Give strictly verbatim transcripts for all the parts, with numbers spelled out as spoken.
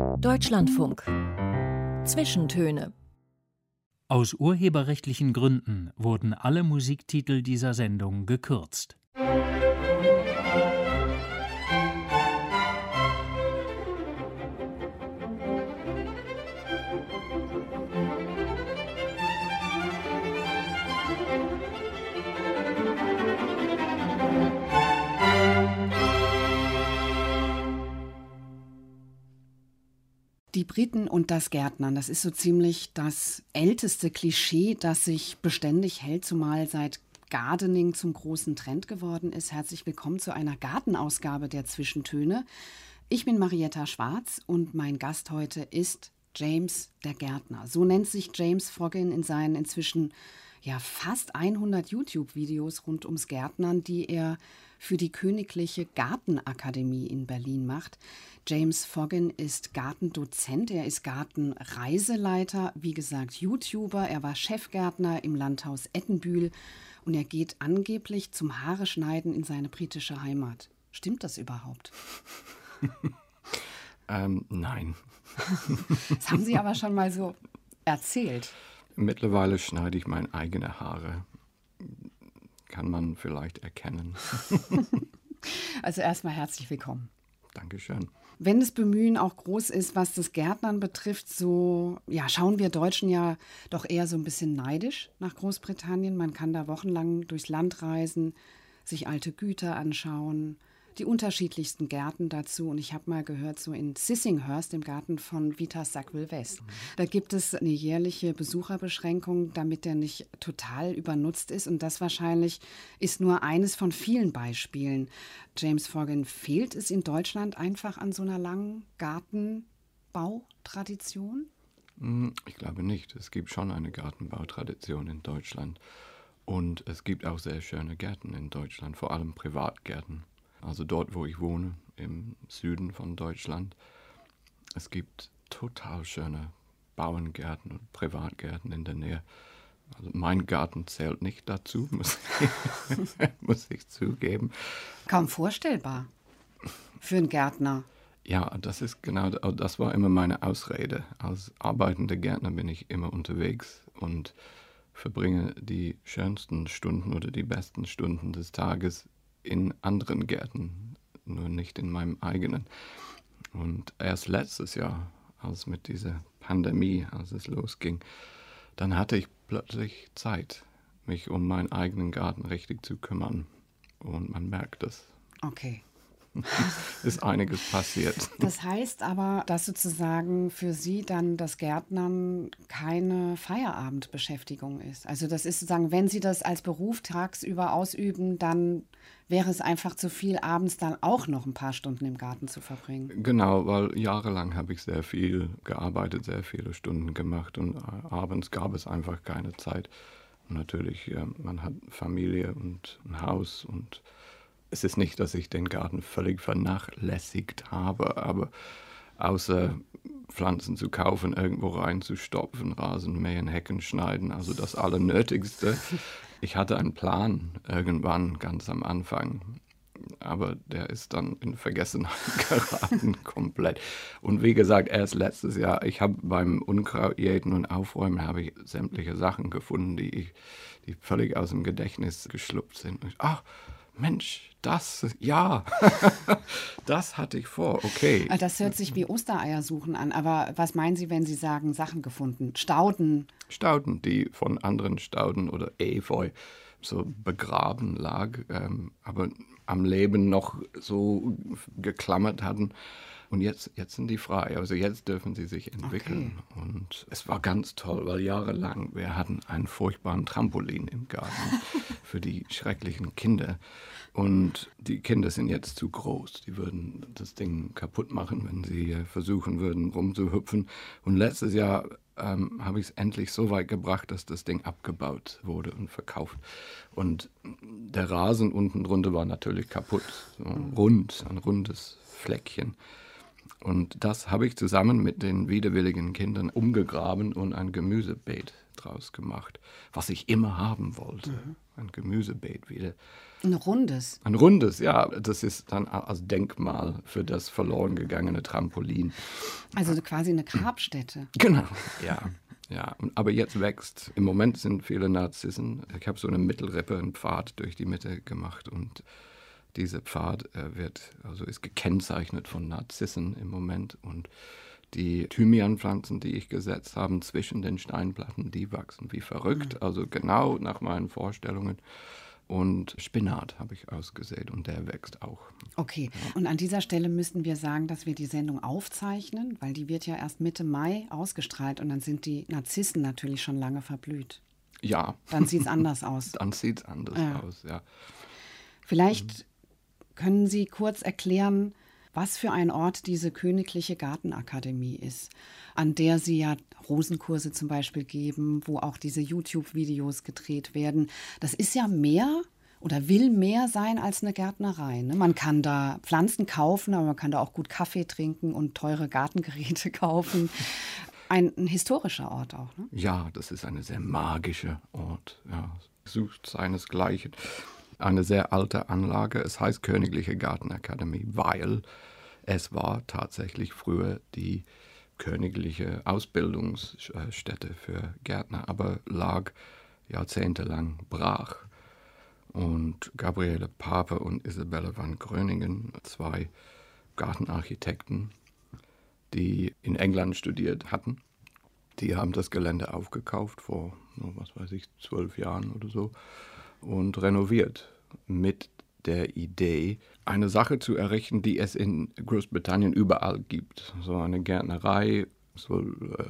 Deutschlandfunk. Zwischentöne. Aus urheberrechtlichen Gründen wurden alle Musiktitel dieser Sendung gekürzt. Die Briten und das Gärtnern, das ist so ziemlich das älteste Klischee, das sich beständig hält, zumal seit Gardening zum großen Trend geworden ist. Herzlich willkommen zu einer Gartenausgabe der Zwischentöne. Ich bin Marietta Schwarz und mein Gast heute ist James der Gärtner. So nennt sich James Foggin in seinen inzwischen ja, fast hundert YouTube-Videos rund ums Gärtnern, die er für die Königliche Gartenakademie in Berlin macht. James Foggin ist Gartendozent, er ist Gartenreiseleiter, wie gesagt YouTuber, er war Chefgärtner im Landhaus Ettenbühl und er geht angeblich zum Haareschneiden in seine britische Heimat. Stimmt das überhaupt? ähm, nein. Das haben Sie aber schon mal so erzählt. Mittlerweile schneide ich meine eigenen Haare. Kann man vielleicht erkennen. Also erstmal herzlich willkommen. Dankeschön. Wenn das Bemühen auch groß ist, was das Gärtnern betrifft, so ja, schauen wir Deutschen ja doch eher so ein bisschen neidisch nach Großbritannien. Man kann da wochenlang durchs Land reisen, sich alte Güter anschauen, die unterschiedlichsten Gärten dazu. Und ich habe mal gehört, so in Sissinghurst, im Garten von Vitas Sackville West, mhm. da gibt es eine jährliche Besucherbeschränkung, damit der nicht total übernutzt ist. Und das wahrscheinlich ist nur eines von vielen Beispielen. James Foggin, fehlt es in Deutschland einfach an so einer langen Gartenbautradition? Ich glaube nicht. Es gibt schon eine Gartenbautradition in Deutschland. Und es gibt auch sehr schöne Gärten in Deutschland, vor allem Privatgärten. Also dort, wo ich wohne, im Süden von Deutschland. Es gibt total schöne Bauerngärten und Privatgärten in der Nähe. Also mein Garten zählt nicht dazu, muss ich, muss ich zugeben. Kaum vorstellbar für einen Gärtner. Ja, das ist genau, das war immer meine Ausrede. Als arbeitender Gärtner bin ich immer unterwegs und verbringe die schönsten Stunden oder die besten Stunden des Tages in anderen Gärten, nur nicht in meinem eigenen. Und erst letztes Jahr, als mit dieser Pandemie, als es losging, dann hatte ich plötzlich Zeit, mich um meinen eigenen Garten richtig zu kümmern. Und man merkt das. Okay. Ist einiges passiert. Das heißt aber, dass sozusagen für Sie dann das Gärtnern keine Feierabendbeschäftigung ist. Also das ist sozusagen, wenn Sie das als Beruf tagsüber ausüben, dann wäre es einfach zu viel, abends dann auch noch ein paar Stunden im Garten zu verbringen. Genau, weil jahrelang habe ich sehr viel gearbeitet, sehr viele Stunden gemacht und abends gab es einfach keine Zeit. Und natürlich, ja, man hat Familie und ein Haus und es ist nicht, dass ich den Garten völlig vernachlässigt habe, aber außer Pflanzen zu kaufen, irgendwo reinzustopfen, Rasen mähen, Hecken schneiden, also das Allernötigste. Ich hatte einen Plan irgendwann ganz am Anfang, aber der ist dann in Vergessenheit geraten komplett. Und wie gesagt, erst letztes Jahr, ich habe beim Unkrautjäten und Aufräumen habe ich sämtliche Sachen gefunden, die, ich, die völlig aus dem Gedächtnis geschlupft sind. Und ich, ach, Mensch, das, ja, das hatte ich vor, okay. Das hört sich wie Ostereier suchen an, aber was meinen Sie, wenn Sie sagen, Sachen gefunden? Stauden? Stauden, die von anderen Stauden oder Efeu so begraben lag, ähm, aber am Leben noch so geklammert hatten. Und jetzt, jetzt sind die frei, also jetzt dürfen sie sich entwickeln. Okay. Und es war ganz toll, weil jahrelang, wir hatten einen furchtbaren Trampolin im Garten für die schrecklichen Kinder. Und die Kinder sind jetzt zu groß, die würden das Ding kaputt machen, wenn sie versuchen würden, rumzuhüpfen. Und letztes Jahr ähm, habe ich es endlich so weit gebracht, dass das Ding abgebaut wurde und verkauft. Und der Rasen unten drunter war natürlich kaputt, so rund, ein rundes Fleckchen. Und das habe ich zusammen mit den widerwilligen Kindern umgegraben und ein Gemüsebeet draus gemacht, was ich immer haben wollte. Mhm. Ein Gemüsebeet wieder. Ein rundes? Ein rundes, ja. Das ist dann als Denkmal für das verloren gegangene Trampolin. Also quasi eine Grabstätte. Genau, ja. Ja, aber jetzt wächst. Im Moment sind viele Narzissen. Ich habe so eine Mittelrippe, einen Pfad durch die Mitte gemacht und dieser Pfad äh, wird, also ist gekennzeichnet von Narzissen im Moment und die Thymianpflanzen, die ich gesetzt habe zwischen den Steinplatten, die wachsen wie verrückt, mhm. also genau nach meinen Vorstellungen. Und Spinat habe ich ausgesät und der wächst auch. Okay, und an dieser Stelle müssten wir sagen, dass wir die Sendung aufzeichnen, weil die wird ja erst Mitte Mai ausgestrahlt und dann sind die Narzissen natürlich schon lange verblüht. Ja. Dann sieht es anders aus. Dann sieht es anders ja. aus, ja. Vielleicht mhm. können Sie kurz erklären, was für ein Ort diese Königliche Gartenakademie ist, an der Sie ja Rosenkurse zum Beispiel geben, wo auch diese YouTube-Videos gedreht werden. Das ist ja mehr oder will mehr sein als eine Gärtnerei. Ne? Man kann da Pflanzen kaufen, aber man kann da auch gut Kaffee trinken und teure Gartengeräte kaufen. Ein, ein historischer Ort auch, ne? Ja, das ist ein sehr magischer Ort. Ja, sucht seinesgleichen. Eine sehr alte Anlage. Es heißt Königliche Gartenakademie, weil es war tatsächlich früher die königliche Ausbildungsstätte für Gärtner, aber lag jahrzehntelang brach. Und Gabriele Pape und Isabelle van Gröningen, zwei Gartenarchitekten, die in England studiert hatten, die haben das Gelände aufgekauft vor, was weiß ich, zwölf Jahren oder so und renoviert mit der Idee, eine Sache zu errichten, die es in Großbritannien überall gibt. So eine Gärtnerei, so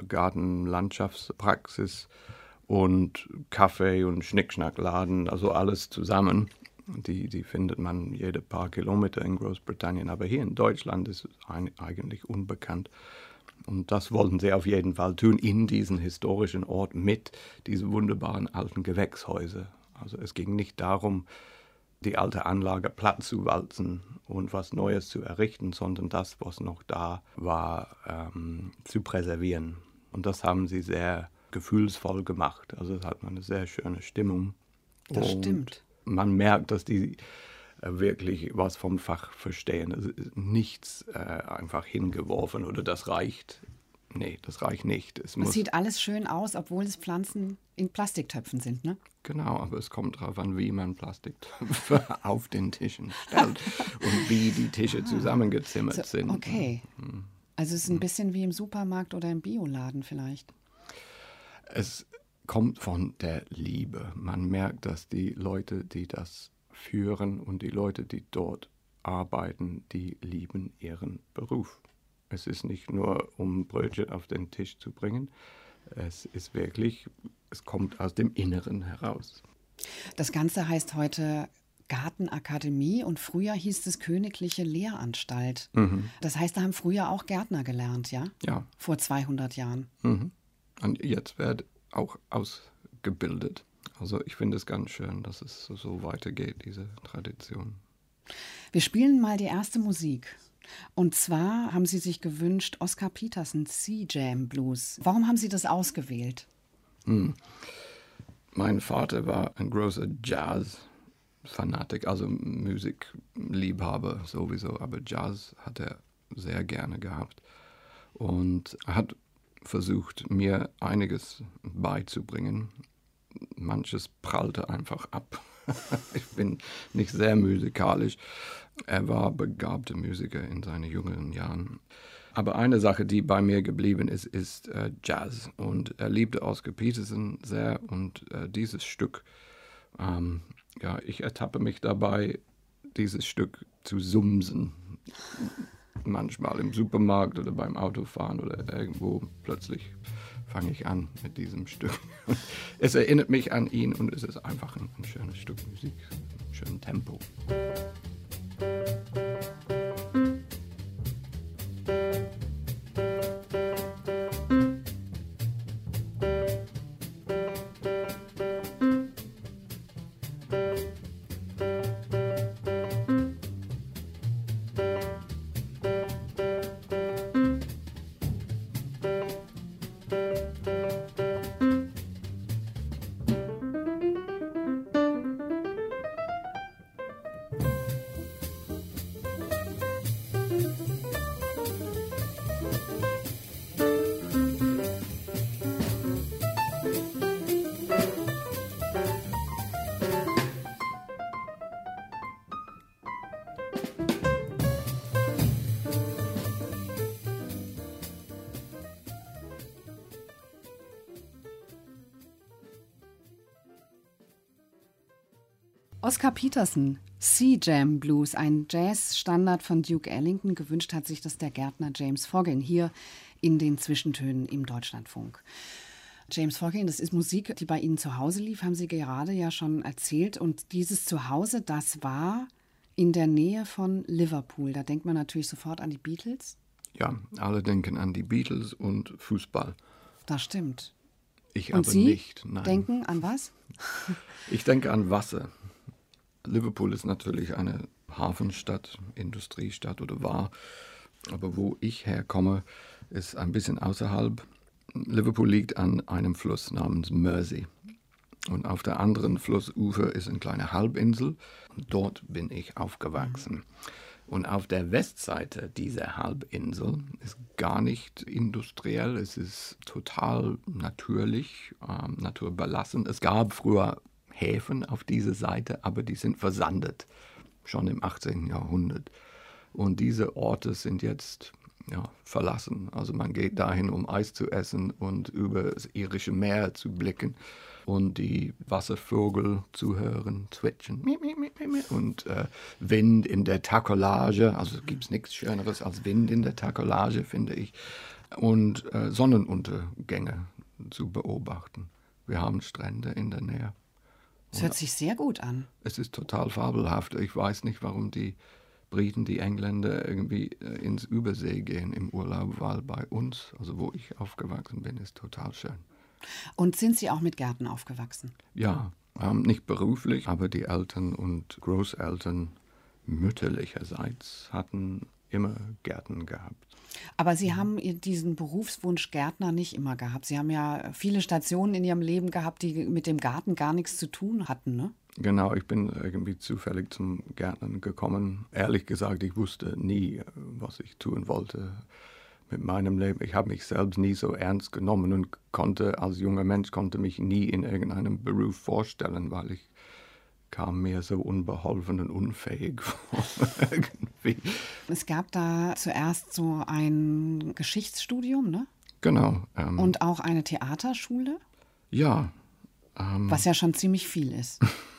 Gartenlandschaftspraxis und Kaffee- und Schnickschnackladen, also alles zusammen. Die, die findet man jede paar Kilometer in Großbritannien, aber hier in Deutschland ist es ein, eigentlich unbekannt. Und das wollten sie auf jeden Fall tun, in diesen historischen Ort mit diesen wunderbaren alten Gewächshäusern. Also es ging nicht darum, die alte Anlage platt zu walzen und was Neues zu errichten, sondern das, was noch da war, ähm, zu präservieren. Und das haben sie sehr gefühlsvoll gemacht. Also es hat eine sehr schöne Stimmung. Das und stimmt. Man merkt, dass die äh, wirklich was vom Fach verstehen. Also nichts äh, einfach hingeworfen oder das reicht. Nee, das reicht nicht. Es, es muss sieht alles schön aus, obwohl es Pflanzen in Plastiktöpfen sind, ne? Genau, aber es kommt darauf an, wie man Plastiktöpfe auf den Tischen stellt und wie die Tische zusammengezimmert so, sind. Okay, also es ist ein bisschen wie im Supermarkt oder im Bioladen vielleicht. Es kommt von der Liebe. Man merkt, dass die Leute, die das führen und die Leute, die dort arbeiten, die lieben ihren Beruf. Es ist nicht nur, um Brötchen auf den Tisch zu bringen. Es ist wirklich, es kommt aus dem Inneren heraus. Das Ganze heißt heute Gartenakademie und früher hieß es Königliche Lehranstalt. Mhm. Das heißt, da haben früher auch Gärtner gelernt, ja? Ja. Vor zweihundert Jahren. Mhm. Und jetzt wird auch ausgebildet. Also ich finde es ganz schön, dass es so weitergeht, diese Tradition. Wir spielen mal die erste Musik. Und zwar haben Sie sich gewünscht, Oscar Petersens Sea Jam Blues. Warum haben Sie das ausgewählt? Hm. Mein Vater war ein großer Jazz-Fanatik, also Musikliebhaber sowieso, aber Jazz hat er sehr gerne gehabt. Und er hat versucht, mir einiges beizubringen. Manches prallte einfach ab. Ich bin nicht sehr musikalisch. Er war begabter Musiker in seinen jüngeren Jahren. Aber eine Sache, die bei mir geblieben ist, ist äh, Jazz. Und er liebte Oscar Peterson sehr. Und äh, dieses Stück, ähm, ja, ich ertappe mich dabei, dieses Stück zu sumsen. Manchmal im Supermarkt oder beim Autofahren oder irgendwo plötzlich fange ich an mit diesem Stück. Es erinnert mich an ihn und es ist einfach ein, ein schönes Stück Musik, ein schönes Tempo. Oscar Peterson, Sea Jam Blues, ein Jazz-Standard von Duke Ellington. Gewünscht hat sich das der Gärtner James Foggin hier in den Zwischentönen im Deutschlandfunk. James Foggin, das ist Musik, die bei Ihnen zu Hause lief, haben Sie gerade ja schon erzählt. Und dieses Zuhause, das war in der Nähe von Liverpool. Da denkt man natürlich sofort an die Beatles. Ja, alle denken an die Beatles und Fußball. Das stimmt. Ich und aber Sie nicht. Nein. denken an was? Ich denke an Wasser. Liverpool ist natürlich eine Hafenstadt, Industriestadt oder war. Aber wo ich herkomme, ist ein bisschen außerhalb. Liverpool liegt an einem Fluss namens Mersey. Und auf der anderen Flussufer ist eine kleine Halbinsel. Und dort bin ich aufgewachsen. Und auf der Westseite dieser Halbinsel ist gar nicht industriell. Es ist total natürlich, ähm, naturbelassen. Es gab früher Häfen auf dieser Seite, aber die sind versandet, schon im achtzehnten Jahrhundert. Und diese Orte sind jetzt ja, verlassen. Also man geht dahin, um Eis zu essen und über das irische Meer zu blicken und die Wasservögel zu hören, zwitschern und äh, Wind in der Takelage. Also gibt es nichts Schöneres als Wind in der Takelage, finde ich. Und äh, Sonnenuntergänge zu beobachten. Wir haben Strände in der Nähe. Das hört sich sehr gut an. Es ist total fabelhaft. Ich weiß nicht, warum die Briten, die Engländer irgendwie äh, ins Übersee gehen im Urlaub, weil bei uns, also wo ich aufgewachsen bin, ist total schön. Und sind Sie auch mit Gärten aufgewachsen? Ja, ähm, nicht beruflich, aber die Eltern und Großeltern mütterlicherseits hatten immer Gärten gehabt. Aber Sie haben diesen Berufswunsch Gärtner nicht immer gehabt. Sie haben ja viele Stationen in Ihrem Leben gehabt, die mit dem Garten gar nichts zu tun hatten, ne? Genau, ich bin irgendwie zufällig zum Gärtnern gekommen. Ehrlich gesagt, ich wusste nie, was ich tun wollte mit meinem Leben. Ich habe mich selbst nie so ernst genommen und konnte als junger Mensch konnte mich nie in irgendeinem Beruf vorstellen, weil ich kam mir so unbeholfen und unfähig vor irgendwie. Es gab da zuerst so ein Geschichtsstudium, ne? Genau. Ähm, und auch eine Theaterschule? Ja. Ähm, was ja schon ziemlich viel ist.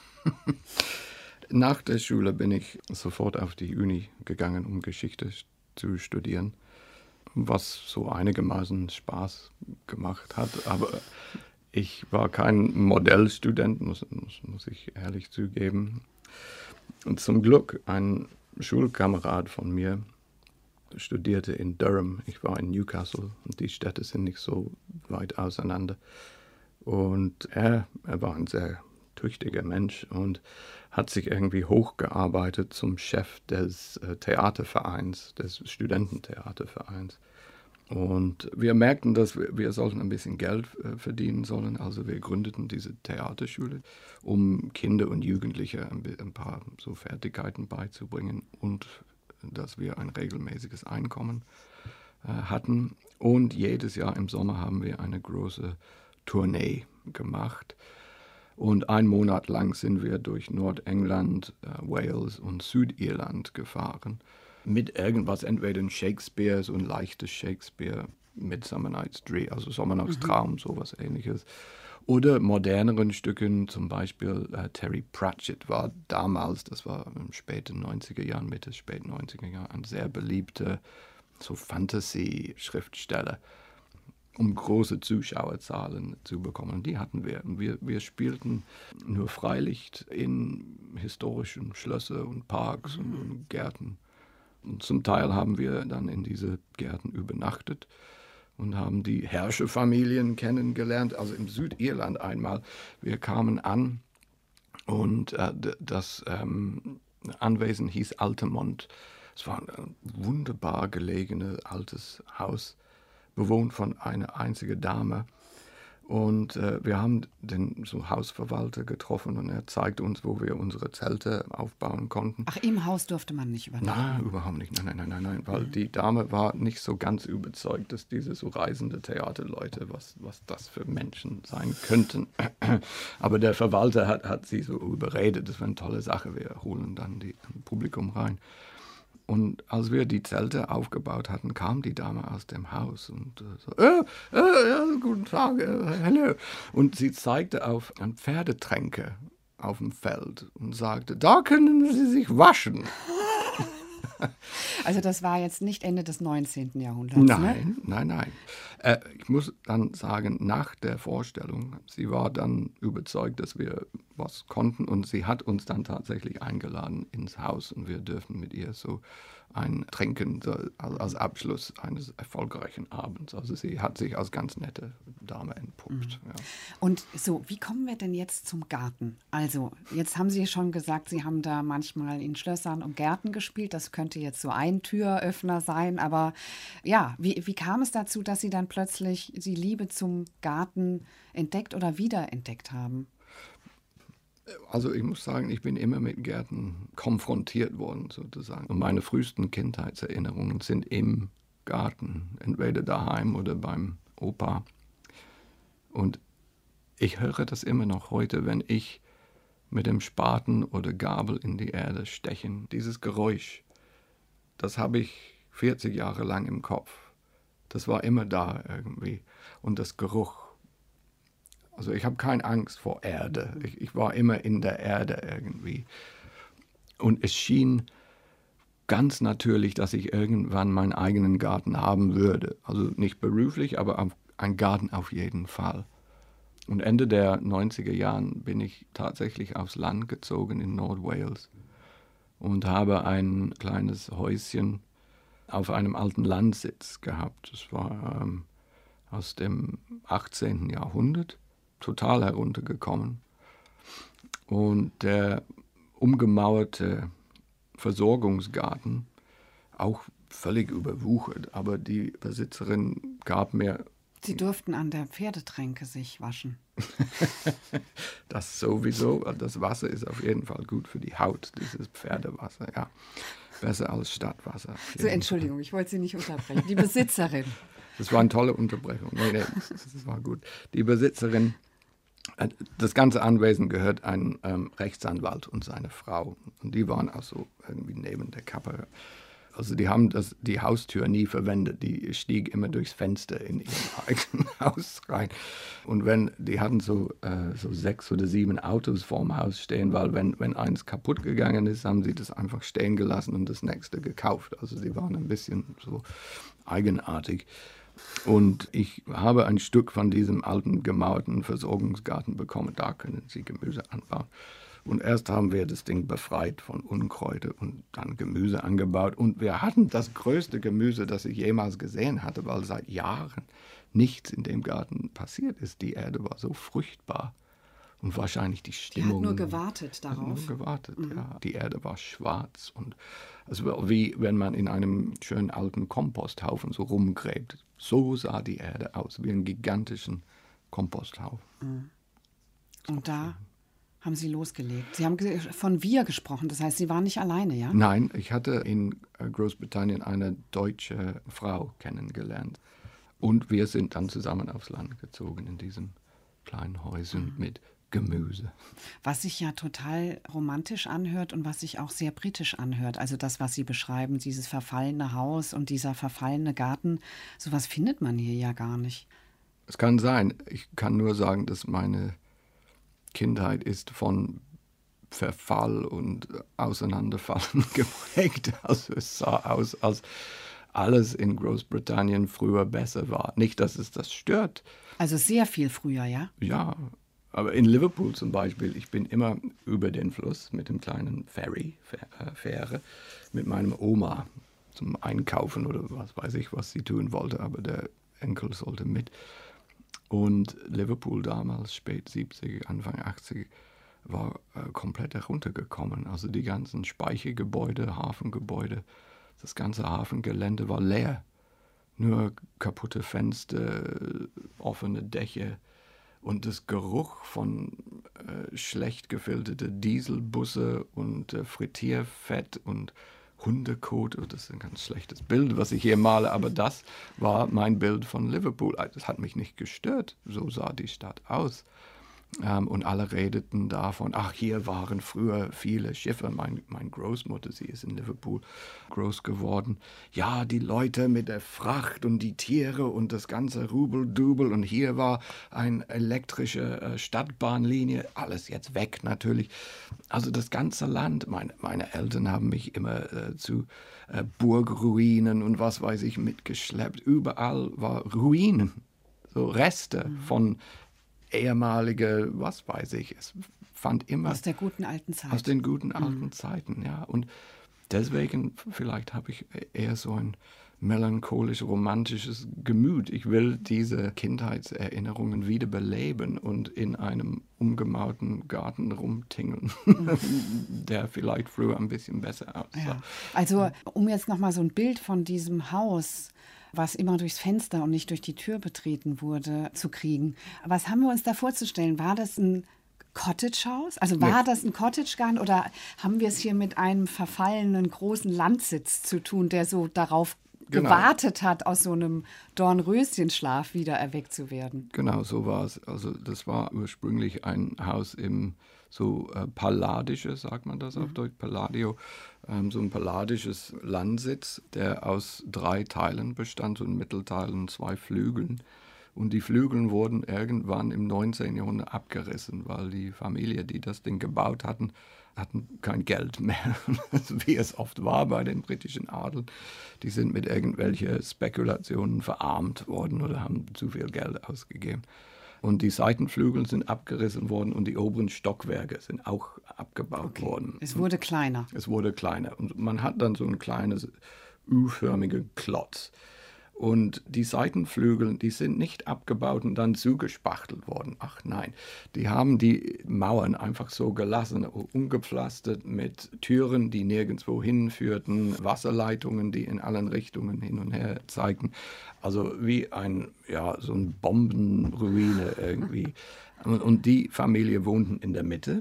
Nach der Schule bin ich sofort auf die Uni gegangen, um Geschichte zu studieren, was so einigermaßen Spaß gemacht hat. Aber ich war kein Modellstudent, muss, muss, muss ich ehrlich zugeben. Und zum Glück, ein Schulkamerad von mir studierte in Durham. Ich war in Newcastle und die Städte sind nicht so weit auseinander. Und er, er war ein sehr tüchtiger Mensch und hat sich irgendwie hochgearbeitet zum Chef des äh, Theatervereins, des Studententheatervereins. Und wir merkten, dass wir, wir sollten ein bisschen Geld äh, verdienen sollen. Also wir gründeten diese Theaterschule, um Kinder und Jugendliche ein, ein paar so Fertigkeiten beizubringen und dass wir ein regelmäßiges Einkommen äh, hatten. Und jedes Jahr im Sommer haben wir eine große Tournee gemacht. Und einen Monat lang sind wir durch Nordengland, äh, Wales und Südirland gefahren. Mit irgendwas, entweder ein Shakespeare, so ein leichtes Shakespeare, Midsummer Night's Dream, also Sommernachtstraum, mhm. sowas ähnliches. Oder moderneren Stücken, zum Beispiel äh, Terry Pratchett war damals, das war im späten neunziger Jahren, Mitte, spät neunziger Jahren, ein sehr beliebter so Fantasy-Schriftsteller, um große Zuschauerzahlen zu bekommen. Und die hatten wir. Und wir, wir spielten nur Freilicht in historischen Schlössern und Parks mhm. und, und Gärten. Und zum Teil haben wir dann in diese Gärten übernachtet und haben die Herrscherfamilien kennengelernt. Also im Südirland einmal. Wir kamen an und äh, das ähm, Anwesen hieß Altamont. Es war ein wunderbar gelegenes altes Haus, bewohnt von einer einzigen Dame. Und äh, wir haben den so Hausverwalter getroffen und er zeigte uns, wo wir unsere Zelte aufbauen konnten. Ach, im Haus durfte man nicht übernachten? Nein, überhaupt nicht. Nein, nein, nein, nein, weil mhm. die Dame war nicht so ganz überzeugt, dass diese so reisende Theaterleute, was, was das für Menschen sein könnten. Aber der Verwalter hat, hat sie so überredet, das war eine tolle Sache, wir holen dann die, das Publikum rein. Und als wir die Zelte aufgebaut hatten, kam die Dame aus dem Haus und äh, so, äh, äh, ja, guten Tag, äh, hallo. Und sie zeigte auf einen Pferdetränker auf dem Feld und sagte, da können Sie sich waschen. Also das war jetzt nicht Ende des neunzehnten Jahrhunderts, Nein, ne? nein, nein. Äh, ich muss dann sagen, nach der Vorstellung, sie war dann überzeugt, dass wir was konnten und sie hat uns dann tatsächlich eingeladen ins Haus und wir dürfen mit ihr so ein Trinken so als Abschluss eines erfolgreichen Abends. Also sie hat sich als ganz nette Dame entpuppt. Mhm. Ja. Und so, wie kommen wir denn jetzt zum Garten? Also, jetzt haben Sie schon gesagt, Sie haben da manchmal in Schlössern und Gärten gespielt. Das könnte jetzt so ein Türöffner sein. Aber ja, wie, wie kam es dazu, dass Sie dann plötzlich die Liebe zum Garten entdeckt oder wiederentdeckt haben? Also ich muss sagen, ich bin immer mit Gärten konfrontiert worden sozusagen. Und meine frühesten Kindheitserinnerungen sind im Garten, entweder daheim oder beim Opa. Und ich höre das immer noch heute, wenn ich mit dem Spaten oder Gabel in die Erde stechen. Dieses Geräusch, das habe ich vierzig Jahre lang im Kopf. Das war immer da irgendwie. Und das Geruch. Also ich habe keine Angst vor Erde. Ich, ich war immer in der Erde irgendwie. Und es schien ganz natürlich, dass ich irgendwann meinen eigenen Garten haben würde. Also nicht beruflich, aber ein Garten auf jeden Fall. Und Ende der neunziger Jahren bin ich tatsächlich aufs Land gezogen in Nordwales und habe ein kleines Häuschen auf einem alten Landsitz gehabt. Das war ähm, aus dem achtzehnten Jahrhundert. Total heruntergekommen. Und der umgemauerte Versorgungsgarten, auch völlig überwuchert, aber die Besitzerin gab mir... Sie durften an der Pferdetränke sich waschen. Das sowieso, das Wasser ist auf jeden Fall gut für die Haut, dieses Pferdewasser, ja. Besser als Stadtwasser. So, Entschuldigung, ich wollte Sie nicht unterbrechen. Die Besitzerin. Das war eine tolle Unterbrechung. Nee, nee, das war gut. Die Besitzerin... Das ganze Anwesen gehört einem ähm, Rechtsanwalt und seine Frau. Und die waren auch so irgendwie neben der Kappe. Also die haben das, die Haustür nie verwendet. Die stieg immer durchs Fenster in ihr eigenes Haus rein. Und wenn, die hatten so, äh, so sechs oder sieben Autos vorm Haus stehen, weil wenn, wenn eins kaputt gegangen ist, haben sie das einfach stehen gelassen und das nächste gekauft. Also sie waren ein bisschen so eigenartig. Und ich habe ein Stück von diesem alten, gemauerten Versorgungsgarten bekommen. Da können Sie Gemüse anbauen. Und erst haben wir das Ding befreit von Unkräuter und dann Gemüse angebaut. Und wir hatten das größte Gemüse, das ich jemals gesehen hatte, weil seit Jahren nichts in dem Garten passiert ist. Die Erde war so fruchtbar. Und wahrscheinlich die Stimmung... Die hat nur gewartet darauf. Hat nur gewartet, mhm. ja. Die Erde war schwarz. Und es war wie wenn man in einem schönen alten Komposthaufen so rumgräbt. So sah die Erde aus, wie einen gigantischen Komposthaufen. Mhm. Und da haben Sie losgelegt. Sie haben von wir gesprochen, das heißt, Sie waren nicht alleine, ja? Nein, ich hatte in Großbritannien eine deutsche Frau kennengelernt. Und wir sind dann zusammen aufs Land gezogen in diesem kleinen Häuschen mhm. mit Gemüse. Was sich ja total romantisch anhört und was sich auch sehr britisch anhört. Also das, was Sie beschreiben, dieses verfallene Haus und dieser verfallene Garten, sowas findet man hier ja gar nicht. Es kann sein. Ich kann nur sagen, dass meine Kindheit ist von Verfall und Auseinanderfallen geprägt. Also es sah aus, als alles in Großbritannien früher besser war. Nicht, dass es das stört. Also sehr viel früher, ja? Ja, aber in Liverpool zum Beispiel, ich bin immer über den Fluss mit dem kleinen Ferry, Fähre, mit meinem Oma zum Einkaufen oder was weiß ich, was sie tun wollte, aber der Enkel sollte mit. Und Liverpool damals, spät siebziger, Anfang achtziger, war äh, komplett heruntergekommen. Also die ganzen Speichergebäude, Hafengebäude, das ganze Hafengelände war leer. Nur kaputte Fenster, offene Dächer. Und das Geruch von äh, schlecht gefilterten Dieselbusse und äh, Frittierfett und Hundekot, das ist ein ganz schlechtes Bild, was ich hier male, aber das war mein Bild von Liverpool. Das hat mich nicht gestört, so sah die Stadt aus. Ähm, und alle redeten davon, ach, hier waren früher viele Schiffe. Mein, meine Großmutter, sie ist in Liverpool groß geworden. Ja, die Leute mit der Fracht und die Tiere und das ganze Rubel-Dubel. Und hier war eine elektrische äh, Stadtbahnlinie. Alles jetzt weg natürlich. Also das ganze Land. Meine, meine Eltern haben mich immer äh, zu äh, Burgruinen und was weiß ich mitgeschleppt. Überall war Ruinen, so Reste mhm. von ehemalige, was weiß ich, es fand immer... Aus der guten alten Zeit. Aus den guten alten mhm. Zeiten, ja. Und deswegen, vielleicht habe ich eher so ein melancholisch-romantisches Gemüt. Ich will diese Kindheitserinnerungen wieder beleben und in einem umgemalten Garten rumtingeln, mhm. der vielleicht früher ein bisschen besser aussah. Ja. Also, um jetzt nochmal so ein Bild von diesem Haus, was immer durchs Fenster und nicht durch die Tür betreten wurde, zu kriegen. Was haben wir uns da vorzustellen? War das ein Cottagehaus? Also war nee. das ein Cottagegarten oder haben wir es hier mit einem verfallenen großen Landsitz zu tun, der so darauf genau. gewartet hat, aus so einem Dornröschenschlaf wieder erweckt zu werden? Genau, so war es. Also das war ursprünglich ein Haus im so äh, palladische, sagt man das mhm. auf Deutsch, Palladio, ähm, so ein palladisches Landsitz, der aus drei Teilen bestand, so ein Mittelteil und zwei Flügeln. Und die Flügel wurden irgendwann im neunzehnten Jahrhundert abgerissen, weil die Familie, die das Ding gebaut hatten, hatten kein Geld mehr, wie es oft war bei den britischen Adeln. Die sind mit irgendwelchen Spekulationen verarmt worden oder haben zu viel Geld ausgegeben. Und die Seitenflügel sind abgerissen worden und die oberen Stockwerke sind auch abgebaut okay. worden. Es wurde kleiner. Es wurde kleiner. Und man hat dann so ein kleines U-förmiges Klotz. Und die Seitenflügel, die sind nicht abgebaut und dann zugespachtelt worden. Ach nein, die haben die Mauern einfach so gelassen, umgepflastert mit Türen, die nirgendwo hinführten, Wasserleitungen, die in allen Richtungen hin und her zeigten. Also wie ein, ja, so eine Bombenruine irgendwie. Und, und die Familie wohnten in der Mitte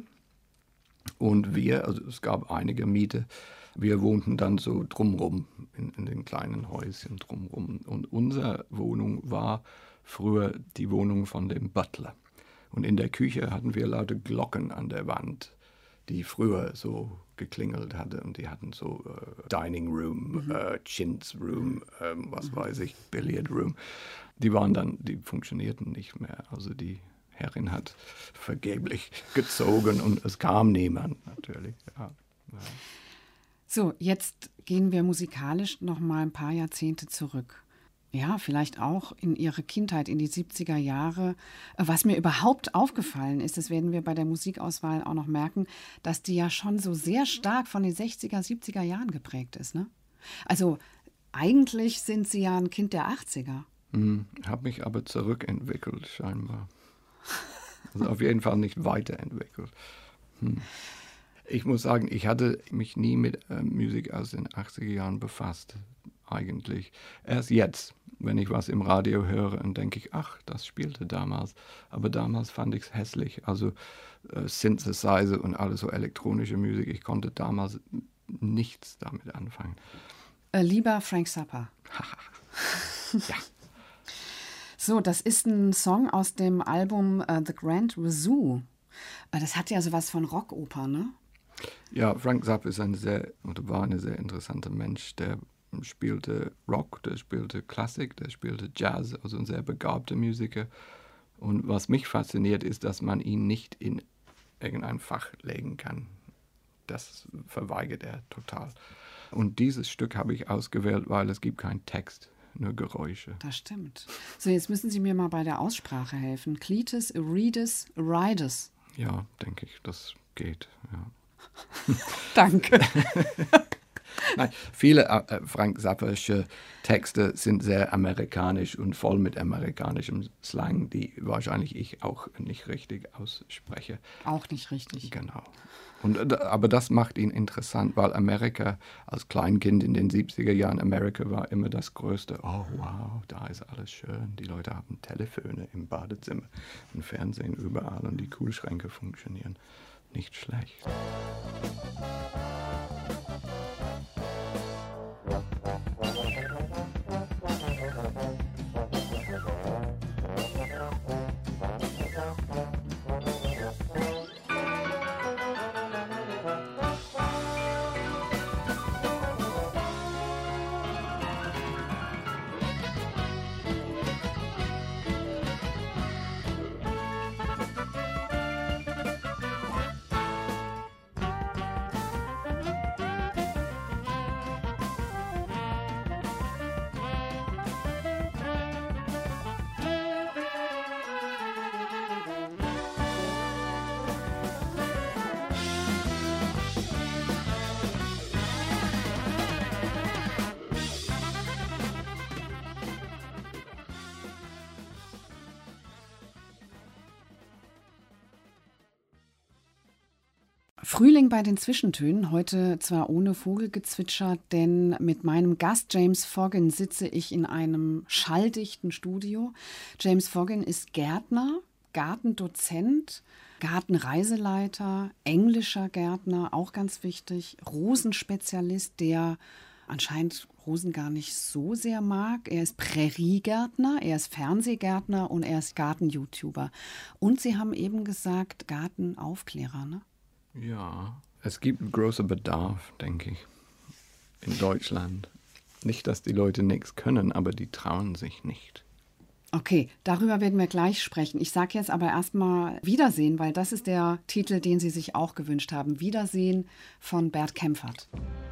und wir, also es gab einige Miete, wir wohnten dann so drumrum, in, in den kleinen Häuschen drumrum. Und unsere Wohnung war früher die Wohnung von dem Butler. Und in der Küche hatten wir laute Glocken an der Wand, die früher so geklingelt hatte. Und die hatten so äh, Dining Room, mhm. äh, Chintz Room, äh, was mhm. weiß ich, Billiard Room. Die waren dann, die funktionierten nicht mehr. Also die Herrin hat vergeblich gezogen und es kam niemand natürlich. Ja, ja. So, jetzt gehen wir musikalisch noch mal ein paar Jahrzehnte zurück. Ja, vielleicht auch in Ihre Kindheit, in die siebziger Jahre. Was mir überhaupt aufgefallen ist, das werden wir bei der Musikauswahl auch noch merken, dass die ja schon so sehr stark von den sechziger, siebziger Jahren geprägt ist, ne? Also eigentlich sind Sie ja ein Kind der achtziger. Hm, habe mich aber zurückentwickelt scheinbar. Also auf jeden Fall nicht weiterentwickelt. Hm. Ich muss sagen, ich hatte mich nie mit äh, Musik aus den achtziger Jahren befasst, eigentlich. Erst jetzt, wenn ich was im Radio höre, dann denke ich, ach, das spielte damals. Aber damals fand ich es hässlich. Also äh, Synthesizer und alles so elektronische Musik, ich konnte damals nichts damit anfangen. Äh, lieber Frank Zappa. Ja. So, das ist ein Song aus dem Album uh, The Grand Wazoo. Uh, das hat ja sowas von Rockoper, ne? Ja, Frank Zappa ist ein sehr, oder war ein sehr interessanter Mensch. Der spielte Rock, der spielte Klassik, der spielte Jazz, also ein sehr begabter Musiker. Und was mich fasziniert, ist, dass man ihn nicht in irgendein Fach legen kann. Das verweigert er total. Und dieses Stück habe ich ausgewählt, weil es gibt keinen Text, nur Geräusche. Das stimmt. So, jetzt müssen Sie mir mal bei der Aussprache helfen. Cletus, Aridus, Aridus. Ja, denke ich, das geht, ja. Danke. Nein, viele äh, Frank Zappasche Texte sind sehr amerikanisch und voll mit amerikanischem Slang, die wahrscheinlich ich auch nicht richtig ausspreche. Auch nicht richtig. Genau. Und, aber das macht ihn interessant, weil Amerika als Kleinkind in den siebziger Jahren, Amerika war immer das Größte. Oh wow, da ist alles schön. Die Leute haben Telefone im Badezimmer und Fernsehen überall und die Kühlschränke funktionieren. Nicht schlecht. Frühling bei den Zwischentönen, heute zwar ohne Vogelgezwitscher, denn mit meinem Gast James Foggin sitze ich in einem schalldichten Studio. James Foggin ist Gärtner, Gartendozent, Gartenreiseleiter, englischer Gärtner, auch ganz wichtig, Rosenspezialist, der anscheinend Rosen gar nicht so sehr mag. Er ist Präriegärtner, er ist Fernsehgärtner und er ist Garten-YouTuber. Und Sie haben eben gesagt, Gartenaufklärer, ne? Ja, es gibt großen Bedarf, denke ich, in Deutschland. Nicht, dass die Leute nichts können, aber die trauen sich nicht. Okay, darüber werden wir gleich sprechen. Ich sage jetzt aber erstmal Wiedersehen, weil das ist der Titel, den Sie sich auch gewünscht haben. Wiedersehen von Bert Kaempfert.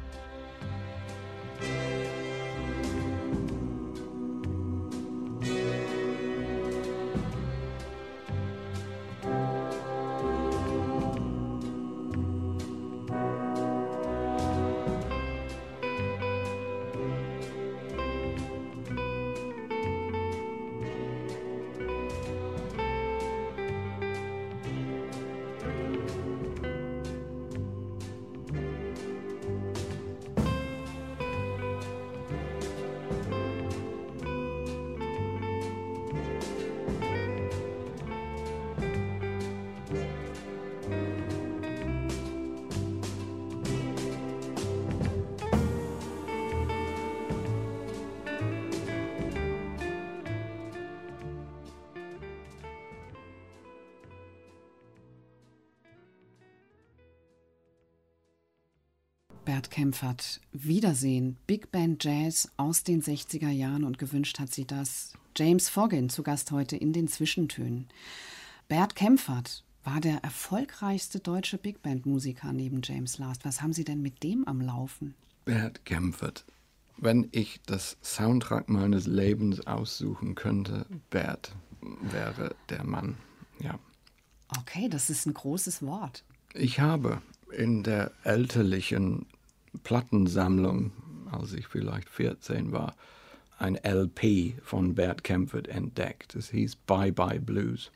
Bert Kaempfert, Wiedersehen, Big Band Jazz aus den sechziger Jahren und gewünscht hat sie das. James Foggin zu Gast heute in den Zwischentönen. Bert Kaempfert war der erfolgreichste deutsche Big Band Musiker neben James Last. Was haben Sie denn mit dem am Laufen? Bert Kaempfert. Wenn ich das Soundtrack meines Lebens aussuchen könnte, Bert wäre der Mann, ja. Okay, das ist ein großes Wort. Ich habe in der elterlichen Plattensammlung, als ich vielleicht vierzehn war, ein L P von Bert Kaempfert entdeckt. Es hieß Bye Bye Blues.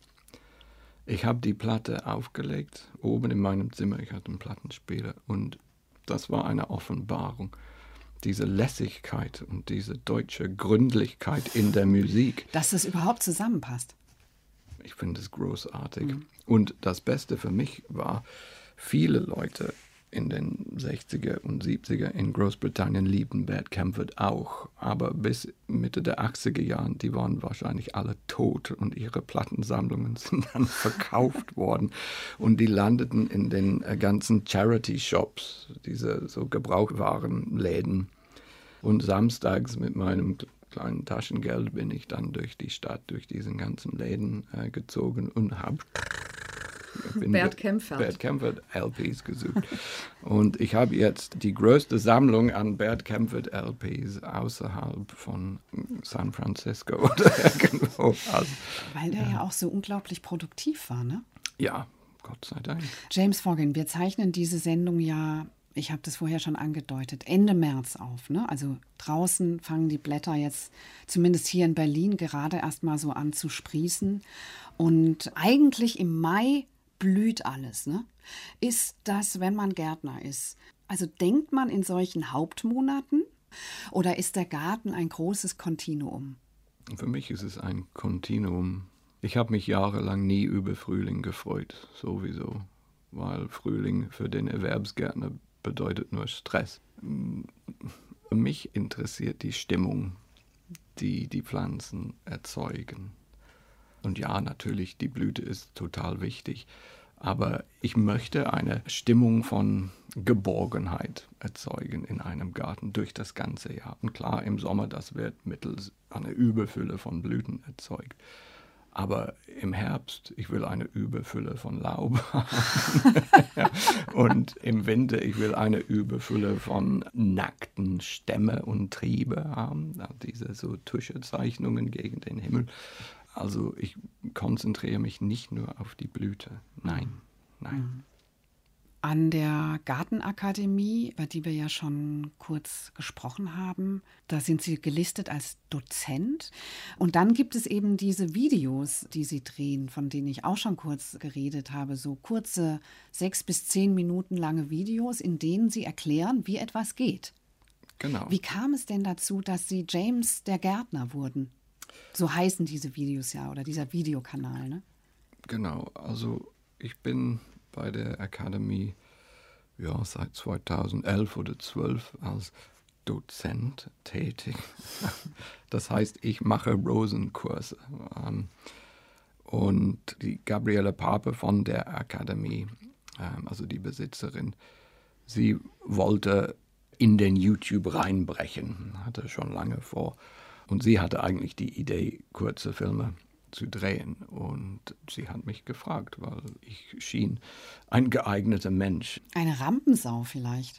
Ich habe die Platte aufgelegt, oben in meinem Zimmer. Ich hatte einen Plattenspieler und das war eine Offenbarung. Diese Lässigkeit und diese deutsche Gründlichkeit in der Musik. Dass das überhaupt zusammenpasst. Ich finde es großartig. Mhm. Und das Beste für mich war, viele Leute in den sechziger und siebziger in Großbritannien liebten Bert Kaempfert auch. Aber bis Mitte der achtziger Jahren, die waren wahrscheinlich alle tot und ihre Plattensammlungen sind dann verkauft worden. Und die landeten in den ganzen Charity-Shops, diese so Gebrauchwarenläden. Und samstags mit meinem kleinen Taschengeld bin ich dann durch die Stadt, durch diesen ganzen Läden äh, gezogen und habe Bert Kaempfert. Bert Kaempfert L Ps gesucht. Und ich habe jetzt die größte Sammlung an Bert Kaempfert L Ps außerhalb von San Francisco oder irgendwo. Also, Weil der ja. ja auch so unglaublich produktiv war, ne? Ja, Gott sei Dank. James Foggin, wir zeichnen diese Sendung ja, ich habe das vorher schon angedeutet, Ende März auf, ne? Also draußen fangen die Blätter jetzt, zumindest hier in Berlin, gerade erst mal so an zu sprießen. Und eigentlich im Mai blüht alles, ne? Ist das, wenn man Gärtner ist? Also denkt man in solchen Hauptmonaten oder ist der Garten ein großes Kontinuum? Für mich ist es ein Kontinuum. Ich habe mich jahrelang nie über Frühling gefreut, sowieso, weil Frühling für den Erwerbsgärtner bedeutet nur Stress. Mich interessiert die Stimmung, die die Pflanzen erzeugen. Und ja, natürlich, die Blüte ist total wichtig. Aber ich möchte eine Stimmung von Geborgenheit erzeugen in einem Garten durch das ganze Jahr. Und klar, im Sommer, das wird mittels einer Überfülle von Blüten erzeugt. Aber im Herbst, ich will eine Überfülle von Laub haben. Und im Winter, ich will eine Überfülle von nackten Stämme und Triebe haben. Diese so Tuschezeichnungen gegen den Himmel. Also ich konzentriere mich nicht nur auf die Blüte. Nein, nein. An der Gartenakademie, über die wir ja schon kurz gesprochen haben, da sind Sie gelistet als Dozent. Und dann gibt es eben diese Videos, die Sie drehen, von denen ich auch schon kurz geredet habe. So kurze, sechs bis zehn Minuten lange Videos, in denen Sie erklären, wie etwas geht. Genau. Wie kam es denn dazu, dass Sie James der Gärtner wurden? So heißen diese Videos ja, oder dieser Videokanal, ne? Genau, also ich bin bei der Akademie ja, seit zweitausendelf oder zwölf als Dozent tätig. Das heißt, ich mache Rosenkurse. Und die Gabriele Pape von der Akademie, also die Besitzerin, sie wollte in den YouTube reinbrechen, hatte schon lange vor. Und sie hatte eigentlich die Idee, kurze Filme zu drehen. Und sie hat mich gefragt, weil ich schien ein geeigneter Mensch. Eine Rampensau vielleicht.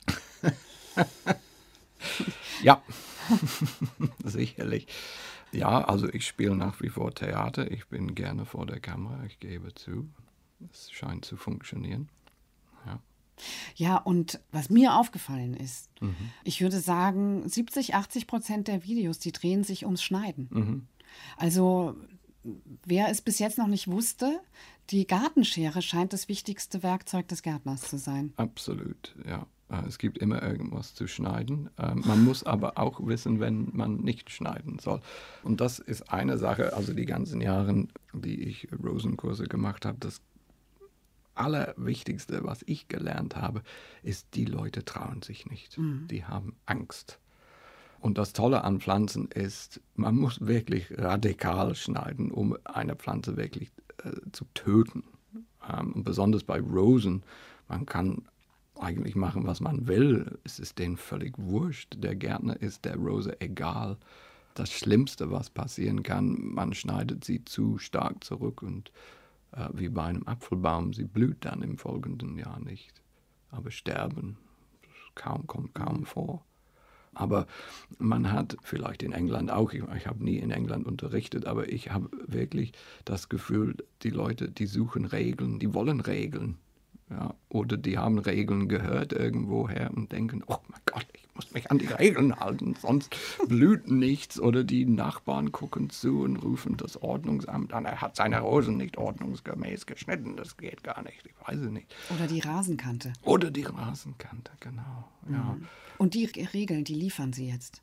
Ja, sicherlich. Ja, also ich spiele nach wie vor Theater. Ich bin gerne vor der Kamera, ich gebe zu. Es scheint zu funktionieren. Ja. Ja, und was mir aufgefallen ist, Mhm. ich würde sagen, siebzig, achtzig Prozent der Videos, die drehen sich ums Schneiden. Mhm. Also wer es bis jetzt noch nicht wusste, die Gartenschere scheint das wichtigste Werkzeug des Gärtners zu sein. Absolut, ja. Es gibt immer irgendwas zu schneiden. Man muss aber auch wissen, wenn man nicht schneiden soll. Und das ist eine Sache, also die ganzen Jahre, die ich Rosenkurse gemacht habe, das Allerwichtigste, was ich gelernt habe, ist, die Leute trauen sich nicht. Mhm. Die haben Angst. Und das Tolle an Pflanzen ist, man muss wirklich radikal schneiden, um eine Pflanze wirklich äh, zu töten. Ähm, und besonders bei Rosen, man kann eigentlich machen, was man will. Es ist denen völlig wurscht. Der Gärtner ist der Rose egal. Das Schlimmste, was passieren kann, man schneidet sie zu stark zurück und äh, wie bei einem Apfelbaum, sie blüht dann im folgenden Jahr nicht. Aber sterben, das kaum, kommt kaum vor. Aber man hat vielleicht in England auch, ich, ich habe nie in England unterrichtet, aber ich habe wirklich das Gefühl, die Leute, die suchen Regeln, die wollen Regeln. Ja, oder die haben Regeln gehört irgendwoher und denken, oh mein Gott, ich muss mich an die Regeln halten, sonst blüht nichts. Oder die Nachbarn gucken zu und rufen das Ordnungsamt an, er hat seine Rosen nicht ordnungsgemäß geschnitten, das geht gar nicht, ich weiß es nicht. Oder die Rasenkante. Oder die Rasenkante, genau. Ja. Mhm. Und die Regeln, die liefern Sie jetzt?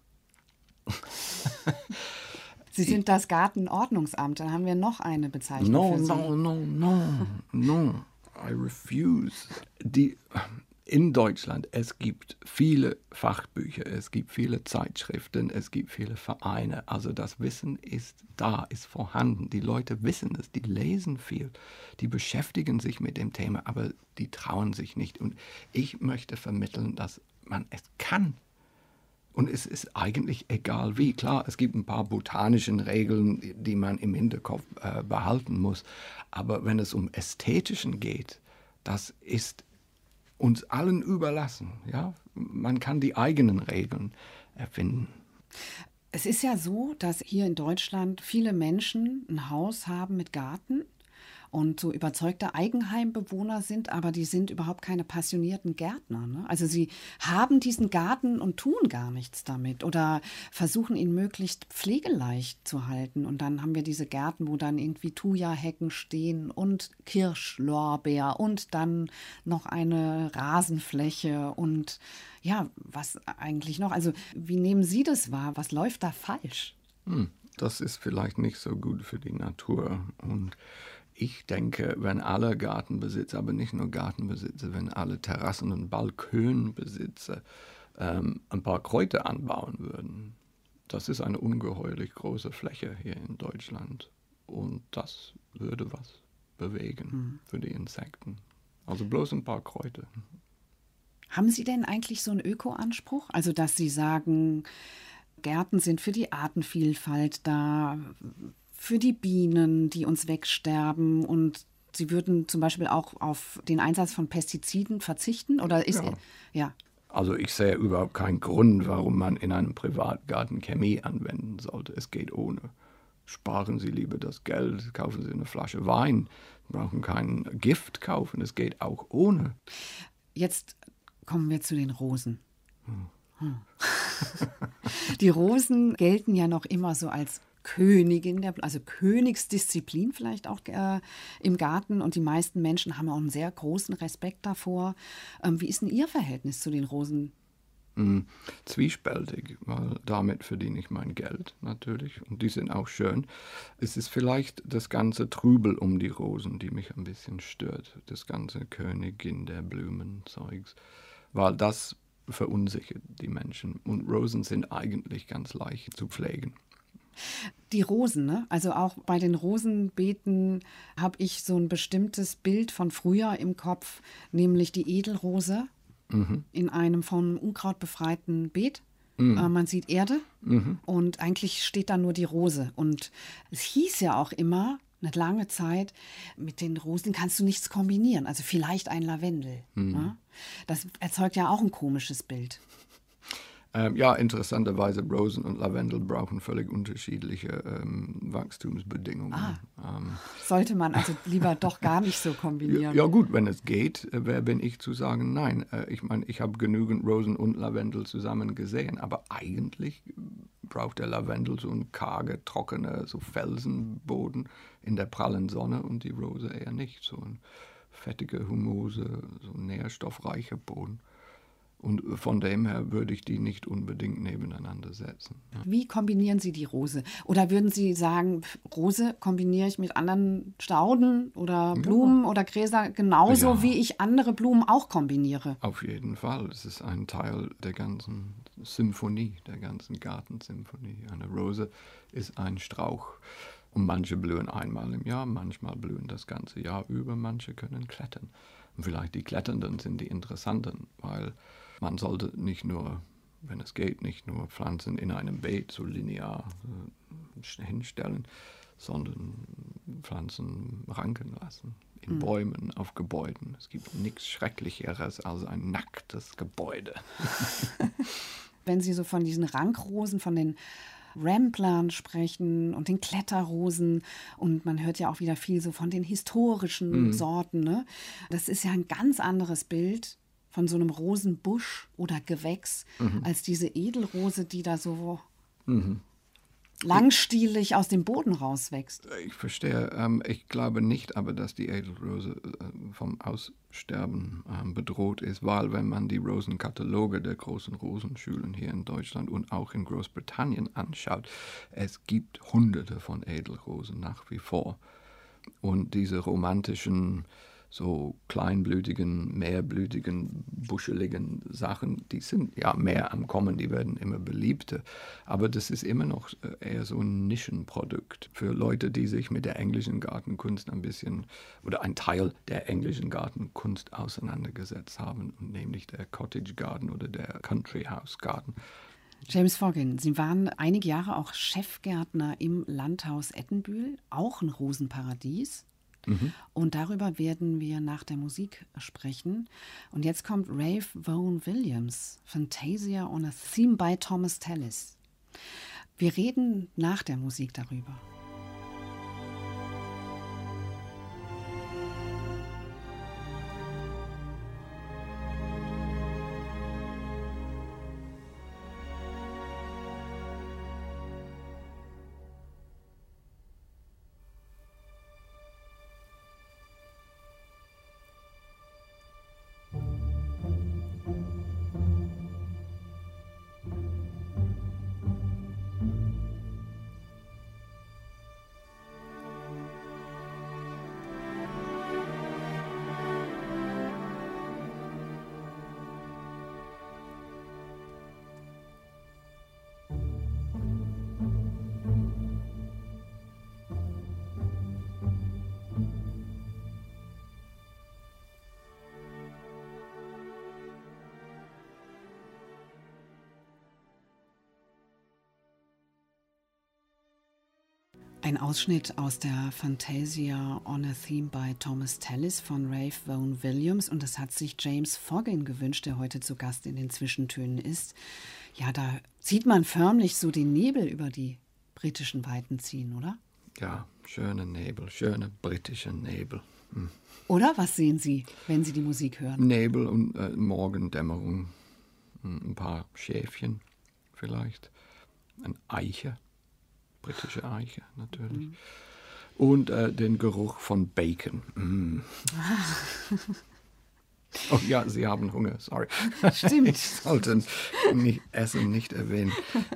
Sie sind das Gartenordnungsamt, dann haben wir noch eine Bezeichnung no, für Sie. No, no, no, no, I refuse. Die, in Deutschland, es gibt viele Fachbücher, es gibt viele Zeitschriften, es gibt viele Vereine. Also das Wissen ist da, ist vorhanden. Die Leute wissen es, die lesen viel, die beschäftigen sich mit dem Thema, aber die trauen sich nicht. Und ich möchte vermitteln, dass man es kann. Und es ist eigentlich egal wie. Klar, es gibt ein paar botanische Regeln, die man im Hinterkopf äh, behalten muss. Aber wenn es um Ästhetischen geht, das ist uns allen überlassen. Ja? Man kann die eigenen Regeln erfinden. Es ist ja so, dass hier in Deutschland viele Menschen ein Haus haben mit Garten und so überzeugte Eigenheimbewohner sind, aber die sind überhaupt keine passionierten Gärtner. Ne? Also sie haben diesen Garten und tun gar nichts damit oder versuchen ihn möglichst pflegeleicht zu halten. Und dann haben wir diese Gärten, wo dann irgendwie Thuja-Hecken stehen und Kirschlorbeer und dann noch eine Rasenfläche und ja, was eigentlich noch? Also wie nehmen Sie das wahr? Was läuft da falsch? Hm, das ist vielleicht nicht so gut für die Natur. Und ich denke, wenn alle Gartenbesitzer, aber nicht nur Gartenbesitzer, wenn alle Terrassen- und Balkonbesitzer ähm, ein paar Kräuter anbauen würden, das ist eine ungeheuerlich große Fläche hier in Deutschland. Und das würde was bewegen hm. für die Insekten. Also bloß ein paar Kräuter. Haben Sie denn eigentlich so einen Öko-Anspruch? Also, dass Sie sagen, Gärten sind für die Artenvielfalt da, für die Bienen, die uns wegsterben und Sie würden zum Beispiel auch auf den Einsatz von Pestiziden verzichten? Oder ist ja. er, ja. Also ich sehe überhaupt keinen Grund, warum man in einem Privatgarten Chemie anwenden sollte. Es geht ohne. Sparen Sie lieber das Geld, kaufen Sie eine Flasche Wein, Sie brauchen kein Gift kaufen, es geht auch ohne. Jetzt kommen wir zu den Rosen. Hm. Hm. Die Rosen gelten ja noch immer so als Königin, der, also Königsdisziplin vielleicht auch äh, im Garten. Und die meisten Menschen haben auch einen sehr großen Respekt davor. Ähm, wie ist denn Ihr Verhältnis zu den Rosen? Mm, zwiespältig, weil damit verdiene ich mein Geld natürlich und die sind auch schön. Es ist vielleicht das ganze Trubel um die Rosen, die mich ein bisschen stört. Das ganze Königin der Blumenzeugs, weil das verunsichert die Menschen. Und Rosen sind eigentlich ganz leicht zu pflegen. Die Rosen, ne? Also auch bei den Rosenbeeten habe ich so ein bestimmtes Bild von früher im Kopf, nämlich die Edelrose mhm. in einem von Unkraut befreiten Beet. Mhm. Äh, man sieht Erde mhm. und eigentlich steht da nur die Rose. Und es hieß ja auch immer, eine lange Zeit, mit den Rosen kannst du nichts kombinieren. Also vielleicht ein Lavendel. Mhm. Ne? Das erzeugt ja auch ein komisches Bild. Ähm, ja, interessanterweise, Rosen und Lavendel brauchen völlig unterschiedliche ähm, Wachstumsbedingungen. Ah, ähm, sollte man also lieber doch gar nicht so kombinieren. Ja, ja gut, wenn es geht, äh, wer bin ich zu sagen, nein. Äh, ich meine, ich habe genügend Rosen und Lavendel zusammen gesehen, aber eigentlich braucht der Lavendel so einen karge, trockene, so Felsenboden in der prallen Sonne und die Rose eher nicht. So ein fettiger, humose, so nährstoffreicher Boden. Und von dem her würde ich die nicht unbedingt nebeneinander setzen. Ja. Wie kombinieren Sie die Rose? Oder würden Sie sagen, Rose kombiniere ich mit anderen Stauden oder Blumen ja. oder Gräser genauso, ja. wie ich andere Blumen auch kombiniere? Auf jeden Fall. Es ist ein Teil der ganzen Symphonie, der ganzen Gartensymphonie. Eine Rose ist ein Strauch. Und manche blühen einmal im Jahr, manchmal blühen das ganze Jahr über, manche können klettern. Und vielleicht die Kletternden sind die interessanten, weil man sollte nicht nur, wenn es geht, nicht nur Pflanzen in einem Beet so linear äh, hinstellen, sondern Pflanzen ranken lassen. In mhm. Bäumen, auf Gebäuden. Es gibt nichts Schrecklicheres als ein nacktes Gebäude. Wenn Sie so von diesen Rankrosen, von den Ramplern sprechen und den Kletterrosen und man hört ja auch wieder viel so von den historischen mhm. Sorten. Ne? Das ist ja ein ganz anderes Bild von so einem Rosenbusch oder Gewächs mhm. als diese Edelrose, die da so mhm. langstielig aus dem Boden rauswächst. Ich verstehe. Ähm, ich glaube nicht aber, dass die Edelrose äh, vom Aussterben äh, bedroht ist, weil wenn man die Rosenkataloge der großen Rosenschulen hier in Deutschland und auch in Großbritannien anschaut, es gibt hunderte von Edelrosen nach wie vor. Und diese romantischen, so kleinblütigen, mehrblütigen, buscheligen Sachen, die sind ja mehr am Kommen, die werden immer beliebter. Aber das ist immer noch eher so ein Nischenprodukt für Leute, die sich mit der englischen Gartenkunst ein bisschen oder ein Teil der englischen Gartenkunst auseinandergesetzt haben, nämlich der Cottage Garden oder der Country House Garden. James Foggin, Sie waren einige Jahre auch Chefgärtner im Landhaus Ettenbühl, auch ein Rosenparadies. Mhm. Und darüber werden wir nach der Musik sprechen. Und jetzt kommt Ralph Vaughan Williams, Fantasia on a Theme by Thomas Tallis. Wir reden nach der Musik darüber. Ein Ausschnitt aus der Fantasia on a Theme by Thomas Tallis von Ralph Vaughan Williams. Und das hat sich James Foggin gewünscht, der heute zu Gast in den Zwischentönen ist. Ja, da sieht man förmlich so den Nebel über die britischen Weiten ziehen, oder? Ja, schöner Nebel, schöner britischer Nebel. Hm. Oder was sehen Sie, wenn Sie die Musik hören? Nebel und äh, Morgendämmerung, ein paar Schäfchen vielleicht, eine Eiche, britische Eiche natürlich. Mhm. Und äh, den Geruch von Bacon. Mm. Oh ja, Sie haben Hunger, sorry. Stimmt. Ich sollte nicht Essen nicht erwähnen.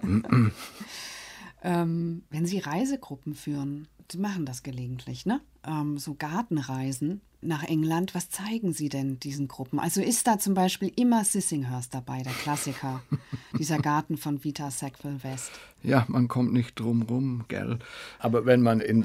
ähm, wenn Sie Reisegruppen führen, Sie machen das gelegentlich, ne? Ähm, so Gartenreisen nach England, was zeigen Sie denn diesen Gruppen? Also ist da zum Beispiel immer Sissinghurst dabei, der Klassiker, dieser Garten von Vita Sackville West? Ja, man kommt nicht drum rum, gell? Aber wenn man im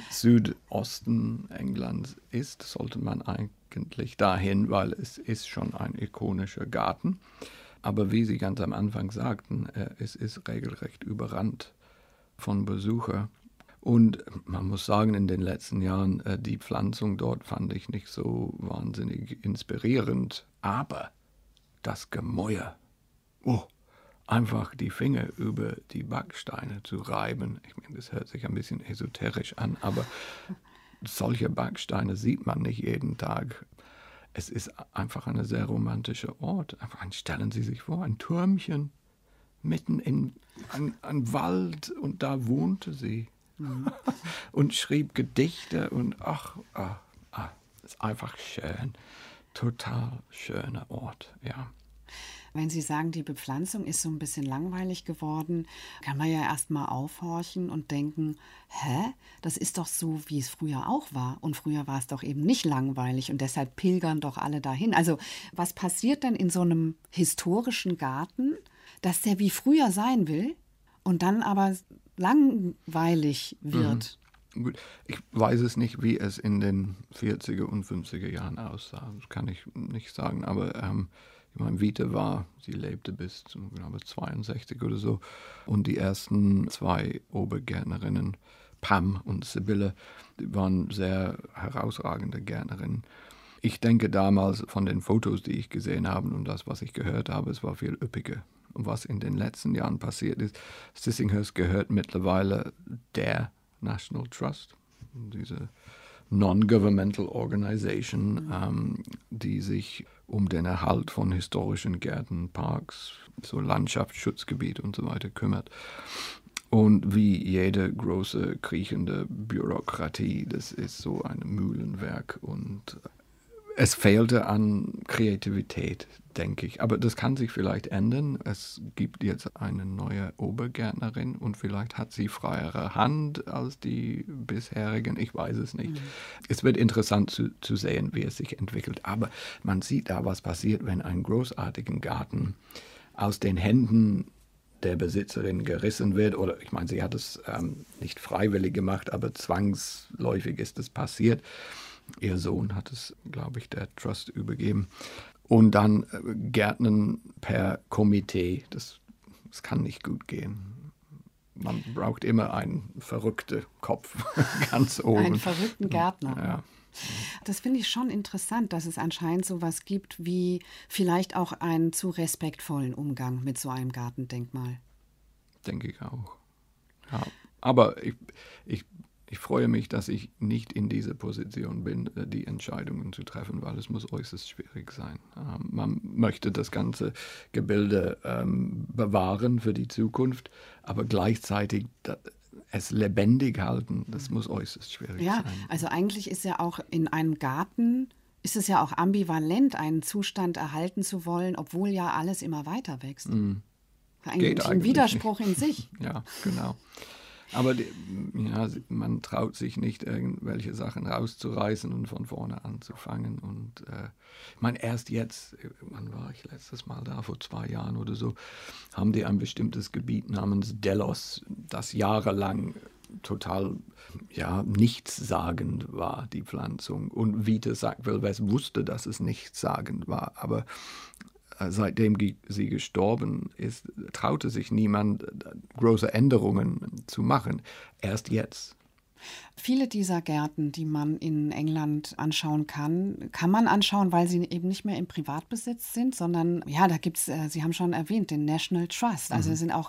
Südosten Englands ist, sollte man eigentlich dahin, weil es ist schon ein ikonischer Garten. Aber wie Sie ganz am Anfang sagten, äh, es ist regelrecht überrannt von Besuchern. Und man muss sagen, in den letzten Jahren, äh, die Pflanzung dort fand ich nicht so wahnsinnig inspirierend. Aber das Gemäuer, oh, einfach die Finger über die Backsteine zu reiben. Ich meine, das hört sich ein bisschen esoterisch an, aber solche Backsteine sieht man nicht jeden Tag. Es ist einfach ein sehr romantischer Ort. Einfach, stellen Sie sich vor, ein Türmchen mitten in einem Wald und da wohnte sie. Mhm. Und schrieb Gedichte und ach, ach, ach, ist einfach schön. Total schöner Ort, ja. Wenn Sie sagen, die Bepflanzung ist so ein bisschen langweilig geworden, kann man ja erst mal aufhorchen und denken, hä, das ist doch so, wie es früher auch war. Und früher war es doch eben nicht langweilig und deshalb pilgern doch alle dahin. Also was passiert denn in so einem historischen Garten, dass der wie früher sein will und dann aber langweilig wird? Mhm. Gut, ich weiß es nicht, wie es in den vierziger und fünfziger Jahren aussah. Das kann ich nicht sagen, aber ähm, ich meine, Vita war, sie lebte bis zu, glaube ich, zweiundsechzig oder so. Und die ersten zwei Obergärtnerinnen, Pam und Sibylle, die waren sehr herausragende Gärtnerinnen. Ich denke damals von den Fotos, die ich gesehen habe und das, was ich gehört habe, es war viel üppiger. Und was in den letzten Jahren passiert ist, Sissinghurst gehört mittlerweile der National Trust, diese Non-Governmental Organization, mhm. ähm, die sich um den Erhalt von historischen Gärten, Parks, so Landschaftsschutzgebiet und so weiter kümmert. Und wie jede große kriechende Bürokratie, das ist so ein Mühlenwerk und es fehlte an Kreativität, denke ich. Aber das kann sich vielleicht ändern. Es gibt jetzt eine neue Obergärtnerin und vielleicht hat sie freiere Hand als die bisherigen. Ich weiß es nicht. Mhm. Es wird interessant zu, zu sehen, wie es sich entwickelt. Aber man sieht da, was passiert, wenn ein großartiger Garten aus den Händen der Besitzerin gerissen wird. Oder ich meine, sie hat es ähm, nicht freiwillig gemacht, aber zwangsläufig ist es passiert. Ihr Sohn hat es, glaube ich, der Trust übergeben. Und dann äh, Gärtnern per Komitee. Das, das kann nicht gut gehen. Man braucht immer einen verrückten Kopf ganz oben. Einen verrückten Gärtner. Ja. Das finde ich schon interessant, dass es anscheinend so was gibt wie vielleicht auch einen zu respektvollen Umgang mit so einem Gartendenkmal. Denke ich auch. Ja. Aber ich, ich Ich freue mich, dass ich nicht in dieser Position bin, die Entscheidungen zu treffen, weil es muss äußerst schwierig sein. Ähm, man möchte das ganze Gebilde ähm, bewahren für die Zukunft, aber gleichzeitig da, es lebendig halten, das muss äußerst schwierig ja, sein. Ja, also eigentlich ist ja auch in einem Garten, ist es ja auch ambivalent, einen Zustand erhalten zu wollen, obwohl ja alles immer weiter wächst. Mm. Eigentlich Geht ein Widerspruch nicht. in sich. Ja, genau. Aber die, ja, man traut sich nicht, irgendwelche Sachen rauszureißen und von vorne anzufangen. Und äh, ich meine, erst jetzt, wann war ich letztes Mal da, vor zwei Jahren oder so, haben die ein bestimmtes Gebiet namens Delos, das jahrelang total ja, nichtssagend war, die Pflanzung. Und Vita Sackville West wusste, dass es nichtssagend war, aber seitdem sie gestorben ist, traute sich niemand, große Änderungen zu machen. Erst jetzt. Viele dieser Gärten, die man in England anschauen kann, kann man anschauen, weil sie eben nicht mehr im Privatbesitz sind, sondern, ja, da gibt es, Sie haben schon erwähnt, den National Trust. Also mhm. es sind auch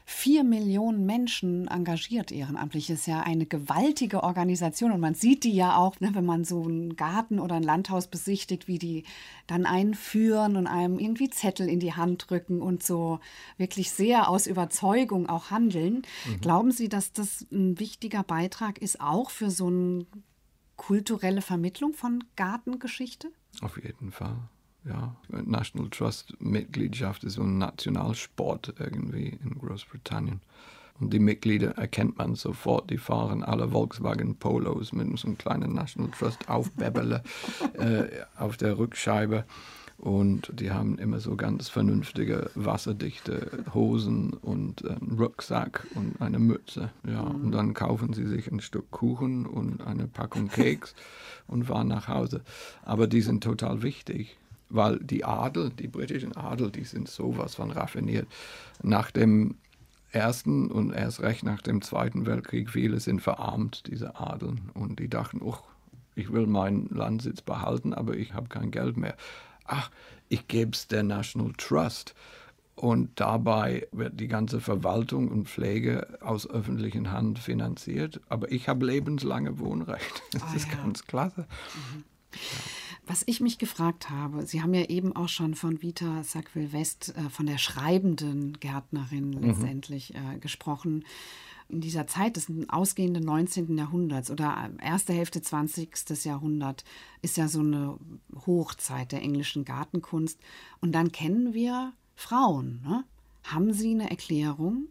Vier Millionen Menschen engagiert ehrenamtlich. Das ist ja eine gewaltige Organisation. Und man sieht die ja auch, ne, wenn man so einen Garten oder ein Landhaus besichtigt, wie die dann einen führen und einem irgendwie Zettel in die Hand drücken und so wirklich sehr aus Überzeugung auch handeln. Mhm. Glauben Sie, dass das ein wichtiger Beitrag ist, auch für so eine kulturelle Vermittlung von Gartengeschichte? Auf jeden Fall. Ja, National Trust-Mitgliedschaft ist so ein Nationalsport irgendwie in Großbritannien. Und die Mitglieder erkennt man sofort, die fahren alle Volkswagen Polos mit so einem kleinen National Trust Aufbäbele äh, auf der Rückscheibe. Und die haben immer so ganz vernünftige, wasserdichte Hosen und einen Rucksack und eine Mütze. Ja, mhm. Und dann kaufen sie sich ein Stück Kuchen und eine Packung Keks und fahren nach Hause. Aber die sind total wichtig. Weil die Adel, die britischen Adel, die sind sowas von raffiniert. Nach dem Ersten und erst recht nach dem Zweiten Weltkrieg, viele sind verarmt, diese Adeln. Und die dachten, oh, ich will meinen Landsitz behalten, aber ich habe kein Geld mehr. Ach, ich gebe es der National Trust. Und dabei wird die ganze Verwaltung und Pflege aus öffentlicher Hand finanziert. Aber ich habe lebenslange Wohnrecht. Das oh, ist ja. ganz klasse. Mhm. Ja. Was ich mich gefragt habe, Sie haben ja eben auch schon von Vita Sackville-West, äh, von der schreibenden Gärtnerin letztendlich mhm. äh, gesprochen. In dieser Zeit des ausgehenden neunzehnten Jahrhunderts oder erste Hälfte zwanzigsten Jahrhundert ist ja so eine Hochzeit der englischen Gartenkunst. Und dann kennen wir Frauen. Ne? Haben Sie eine Erklärung,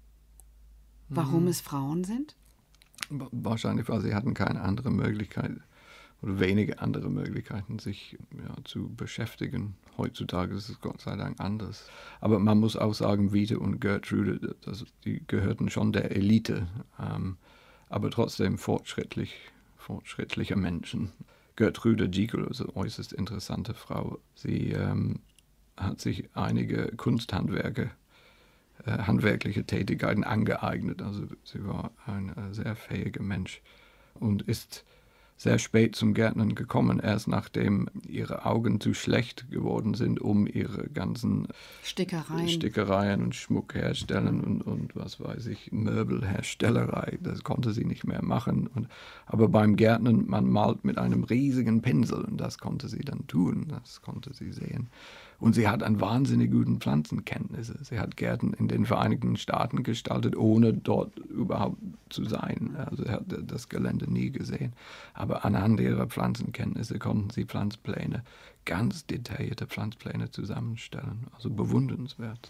warum mhm. es Frauen sind? Wahrscheinlich, weil sie hatten keine andere Möglichkeit oder wenige andere Möglichkeiten, sich ja, zu beschäftigen. Heutzutage ist es Gott sei Dank anders. Aber man muss auch sagen, Vita und Gertrude, das, die gehörten schon der Elite, ähm, aber trotzdem fortschrittlich, fortschrittliche Menschen. Gertrude Jekyll ist eine äußerst interessante Frau. Sie ähm, hat sich einige Kunsthandwerke, äh, handwerkliche Tätigkeiten angeeignet. Also sie war ein äh, sehr fähiger Mensch und ist sehr spät zum Gärtnern gekommen, erst nachdem ihre Augen zu schlecht geworden sind, um ihre ganzen Stickereien, Stickereien und Schmuck herstellen und, und was weiß ich, Möbelherstellerei, das konnte sie nicht mehr machen. Und, aber beim Gärtnern, man malt mit einem riesigen Pinsel und das konnte sie dann tun, das konnte sie sehen. Und sie hat einen wahnsinnig guten Pflanzenkenntnisse. Sie hat Gärten in den Vereinigten Staaten gestaltet, ohne dort überhaupt zu sein. Also sie hat das Gelände nie gesehen. Aber anhand ihrer Pflanzenkenntnisse konnten sie Pflanzpläne, ganz detaillierte Pflanzpläne zusammenstellen. Also bewundernswert.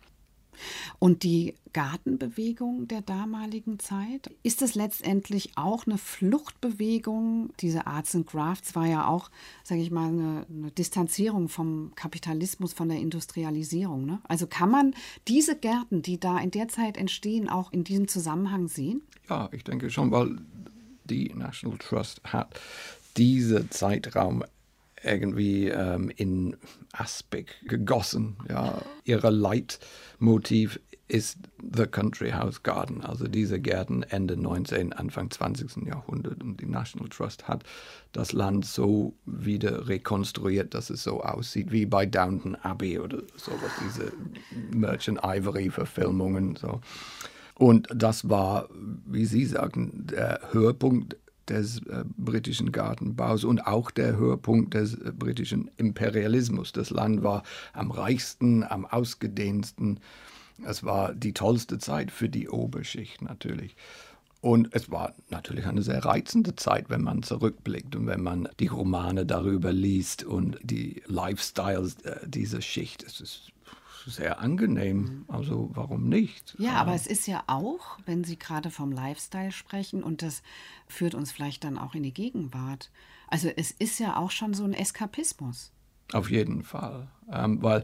Und die Gartenbewegung der damaligen Zeit, ist es letztendlich auch eine Fluchtbewegung? Diese Arts and Crafts war ja auch, sage ich mal, eine, eine Distanzierung vom Kapitalismus, von der Industrialisierung. Ne? Also kann man diese Gärten, die da in der Zeit entstehen, auch in diesem Zusammenhang sehen? Ja, ich denke schon, weil die National Trust hat diesen Zeitraum irgendwie ähm, in Aspik gegossen. Ja. Ihr Leitmotiv ist The Country House Garden, also diese Gärten Ende neunzehnten, Anfang zwanzigsten Jahrhundert. Und die National Trust hat das Land so wieder rekonstruiert, dass es so aussieht wie bei Downton Abbey oder sowas, diese Merchant Ivory-Verfilmungen. So. Und das war, wie Sie sagten, der Höhepunkt des äh, britischen Gartenbaus und auch der Höhepunkt des äh, britischen Imperialismus. Das Land war am reichsten, am ausgedehntesten. Es war die tollste Zeit für die Oberschicht natürlich. Und es war natürlich eine sehr reizende Zeit, wenn man zurückblickt und wenn man die Romane darüber liest und die Lifestyles äh, dieser Schicht. Es ist sehr angenehm, also warum nicht? Ja, aber es ist ja auch, wenn Sie gerade vom Lifestyle sprechen, und das führt uns vielleicht dann auch in die Gegenwart, also es ist ja auch schon so ein Eskapismus. Auf jeden Fall, ähm, weil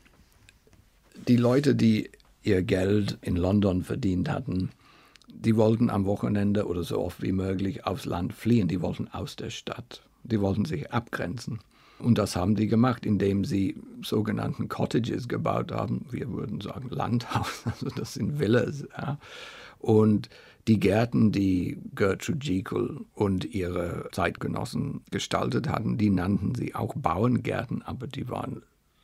die Leute, die ihr Geld in London verdient hatten, die wollten am Wochenende oder so oft wie möglich aufs Land fliehen, die wollten aus der Stadt, die wollten sich abgrenzen. Und das haben die gemacht, indem sie sogenannten Cottages gebaut haben. Wir würden sagen Landhaus, also das sind Villas. Ja. Und die Gärten, die Gertrude Jekyll und ihre Zeitgenossen gestaltet hatten, die nannten sie auch Bauerngärten, aber die waren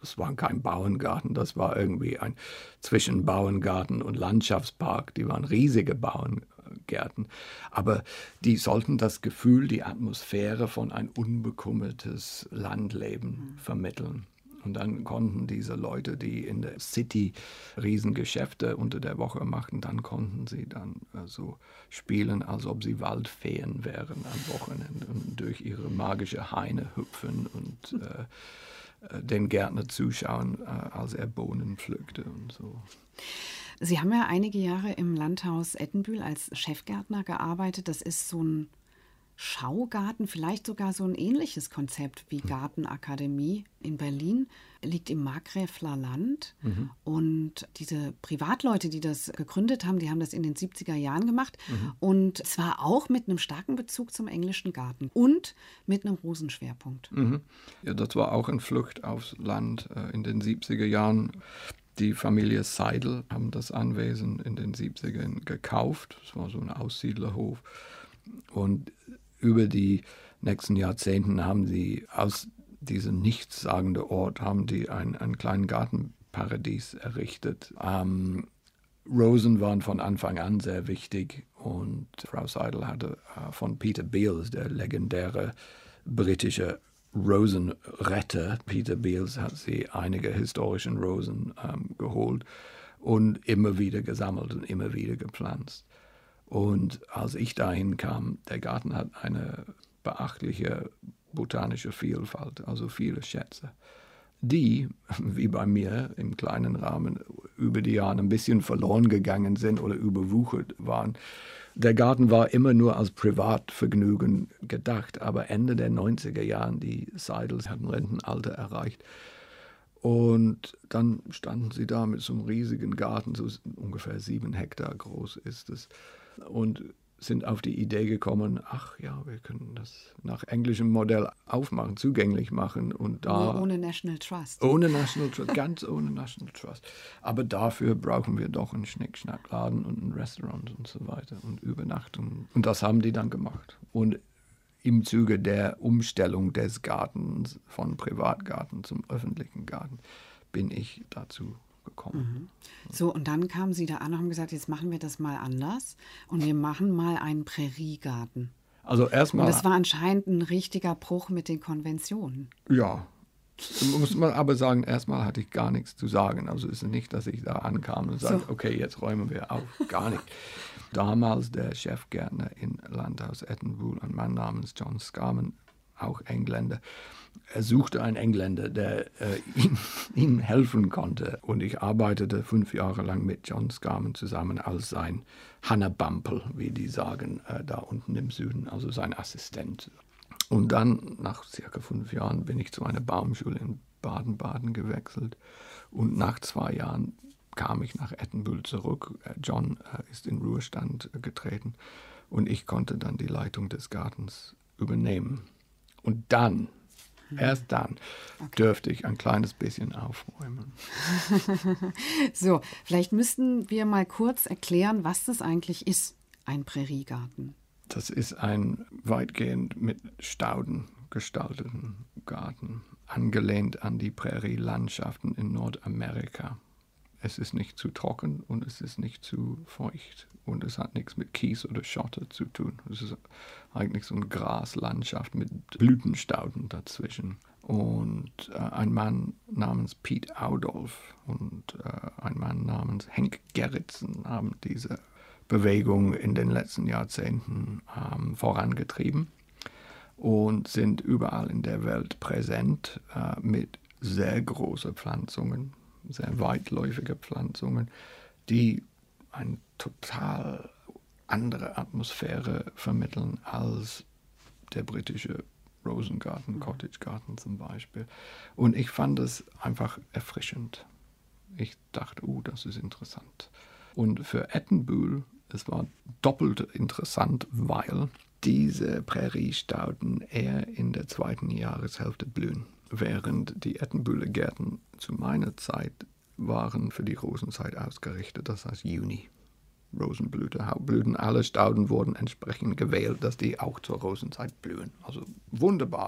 Das war kein Bauerngarten, das war irgendwie ein zwischen Bauerngarten und Landschaftspark. Die waren riesige Bauerngärten. Aber die sollten das Gefühl, die Atmosphäre von ein unbekümmertes Landleben mhm. vermitteln. Und dann konnten diese Leute, die in der City Riesengeschäfte unter der Woche machten, dann konnten sie dann äh, so spielen, als ob sie Waldfeen wären am Wochenende und durch ihre magische Haine hüpfen und äh, äh, den Gärtner zuschauen, äh, als er Bohnen pflückte und so. Sie haben ja einige Jahre im Landhaus Ettenbühl als Chefgärtner gearbeitet. Das ist so ein Schaugarten, vielleicht sogar so ein ähnliches Konzept wie Gartenakademie in Berlin, liegt im Markgräfler Land. Mhm. Und diese Privatleute, die das gegründet haben, die haben das in den siebziger Jahren gemacht. Mhm. Und zwar auch mit einem starken Bezug zum englischen Garten und mit einem Rosenschwerpunkt. Mhm. Ja, das war auch eine Flucht aufs Land äh, in den siebziger Jahren. Die Familie Seidel haben das Anwesen in den siebzigern gekauft. Das war so ein Aussiedlerhof. Und über die nächsten Jahrzehnten haben sie aus diesem nichtssagenden Ort haben die ein, ein kleines Gartenparadies errichtet. Ähm, Rosen waren von Anfang an sehr wichtig und Frau Seidel hatte äh, von Peter Beals, der legendäre britische Rosenretter, Peter Beals, hat sie einige historische Rosen ähm, geholt und immer wieder gesammelt und immer wieder gepflanzt. Und als ich dahin kam, der Garten hat eine beachtliche botanische Vielfalt, also viele Schätze, die, wie bei mir im kleinen Rahmen, über die Jahre ein bisschen verloren gegangen sind oder überwuchert waren. Der Garten war immer nur als Privatvergnügen gedacht, aber Ende der neunziger Jahren, die Seidels hatten Rentenalter erreicht. Und dann standen sie da mit so einem riesigen Garten, so ungefähr sieben Hektar groß ist es, und sind auf die Idee gekommen, ach ja, wir können das nach englischem Modell aufmachen, zugänglich machen. Und da, Nur ohne National Trust. Ohne National Trust, ganz ohne National Trust. Aber dafür brauchen wir doch einen Schnickschnackladen und ein Restaurant und so weiter und Übernachtung. Und das haben die dann gemacht. Und im Zuge der Umstellung des Gartens von Privatgarten zum öffentlichen Garten bin ich dazu gekommen. Mhm. So, und dann kamen Sie da an und haben gesagt, jetzt machen wir das mal anders und wir machen mal einen Präriegarten. Also erstmal. Und das war anscheinend ein richtiger Bruch mit den Konventionen. Ja, muss man aber sagen, erstmal hatte ich gar nichts zu sagen. Also ist es nicht, dass ich da ankam und sagte, so. Okay, jetzt räumen wir auf. Gar nicht. Damals der Chefgärtner in Landhaus Ettenbühl, ein Mann namens John Scarman, auch Engländer. Er suchte einen Engländer, der äh, ihm, ihm helfen konnte. Und ich arbeitete fünf Jahre lang mit John Scarman zusammen als sein Hannebampel, wie die sagen, äh, da unten im Süden, also sein Assistent. Und dann, nach circa fünf Jahren, bin ich zu einer Baumschule in Baden-Baden gewechselt. Und nach zwei Jahren kam ich nach Ettenbühl zurück. John äh, ist in Ruhestand äh, getreten. Und ich konnte dann die Leitung des Gartens übernehmen. Und dann, mhm. erst dann, okay. dürfte ich ein kleines bisschen aufräumen. So, vielleicht müssten wir mal kurz erklären, was das eigentlich ist, ein Präriegarten. Das ist ein weitgehend mit Stauden gestalteten Garten, angelehnt an die Prärielandschaften in Nordamerika. Es ist nicht zu trocken und es ist nicht zu feucht. Und es hat nichts mit Kies oder Schotter zu tun. Es ist eigentlich so eine Graslandschaft mit Blütenstauden dazwischen. Und äh, ein Mann namens Piet Audolf und äh, ein Mann namens Henk Gerritsen haben diese Bewegung in den letzten Jahrzehnten ähm, vorangetrieben und sind überall in der Welt präsent äh, mit sehr großen Pflanzungen, sehr weitläufige Pflanzungen, die eine total andere Atmosphäre vermitteln als der britische Rosengarten, Cottage Garden zum Beispiel. Und ich fand es einfach erfrischend. Ich dachte, oh, das ist interessant. Und für Ettenbühl, es war doppelt interessant, weil diese Präriestauden eher in der zweiten Jahreshälfte blühen. Während die Ettenbühler Gärten zu meiner Zeit waren für die Rosenzeit ausgerichtet, das heißt Juni. Rosenblüte, Hauptblüten, alle Stauden wurden entsprechend gewählt, dass die auch zur Rosenzeit blühen. Also wunderbar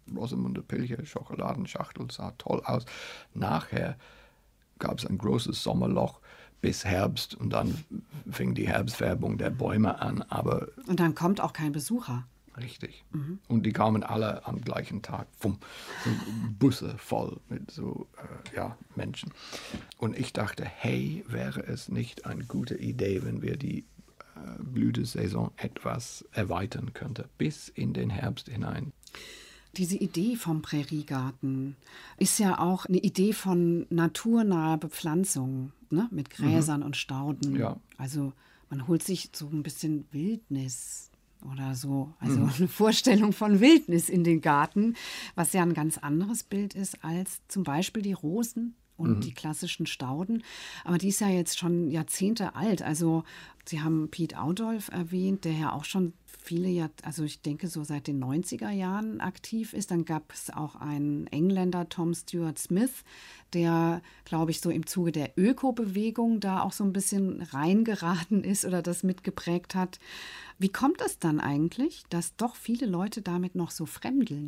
Rosamunde Pilcher, Schokoladenschachtel, sah toll aus. Nachher gab es ein großes Sommerloch bis Herbst und dann fing die Herbstfärbung der Bäume an. Aber und dann kommt auch kein Besucher. Richtig. Mhm. Und die kamen alle am gleichen Tag. Fumm, so Busse voll mit so äh, ja, Menschen. Und ich dachte, hey, wäre es nicht eine gute Idee, wenn wir die äh, Blütesaison etwas erweitern könnten, bis in den Herbst hinein. Diese Idee vom Präriegarten ist ja auch eine Idee von naturnaher Bepflanzung, ne? Mit Gräsern mhm. und Stauden. Ja. Also man holt sich so ein bisschen Wildnis oder so, also mhm. eine Vorstellung von Wildnis in den Garten, was ja ein ganz anderes Bild ist als zum Beispiel die Rosen und mhm. die klassischen Stauden. Aber die ist ja jetzt schon Jahrzehnte alt. Also Sie haben Piet Oudolf erwähnt, der ja auch schon viele, Jahr, also ich denke so seit den neunziger Jahren aktiv ist. Dann gab es auch einen Engländer, Tom Stuart Smith, der, glaube ich, so im Zuge der Ökobewegung da auch so ein bisschen reingeraten ist oder das mitgeprägt hat. Wie kommt es dann eigentlich, dass doch viele Leute damit noch so fremdeln?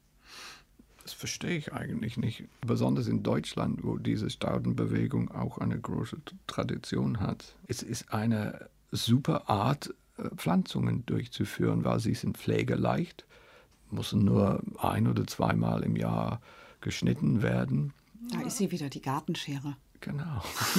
Das verstehe ich eigentlich nicht. Besonders in Deutschland, wo diese Staudenbewegung auch eine große Tradition hat. Es ist eine super Art, Pflanzungen durchzuführen, weil sie sind pflegeleicht, müssen nur ein- oder zweimal im Jahr geschnitten werden. Da ist sie wieder, die Gartenschere. Genau.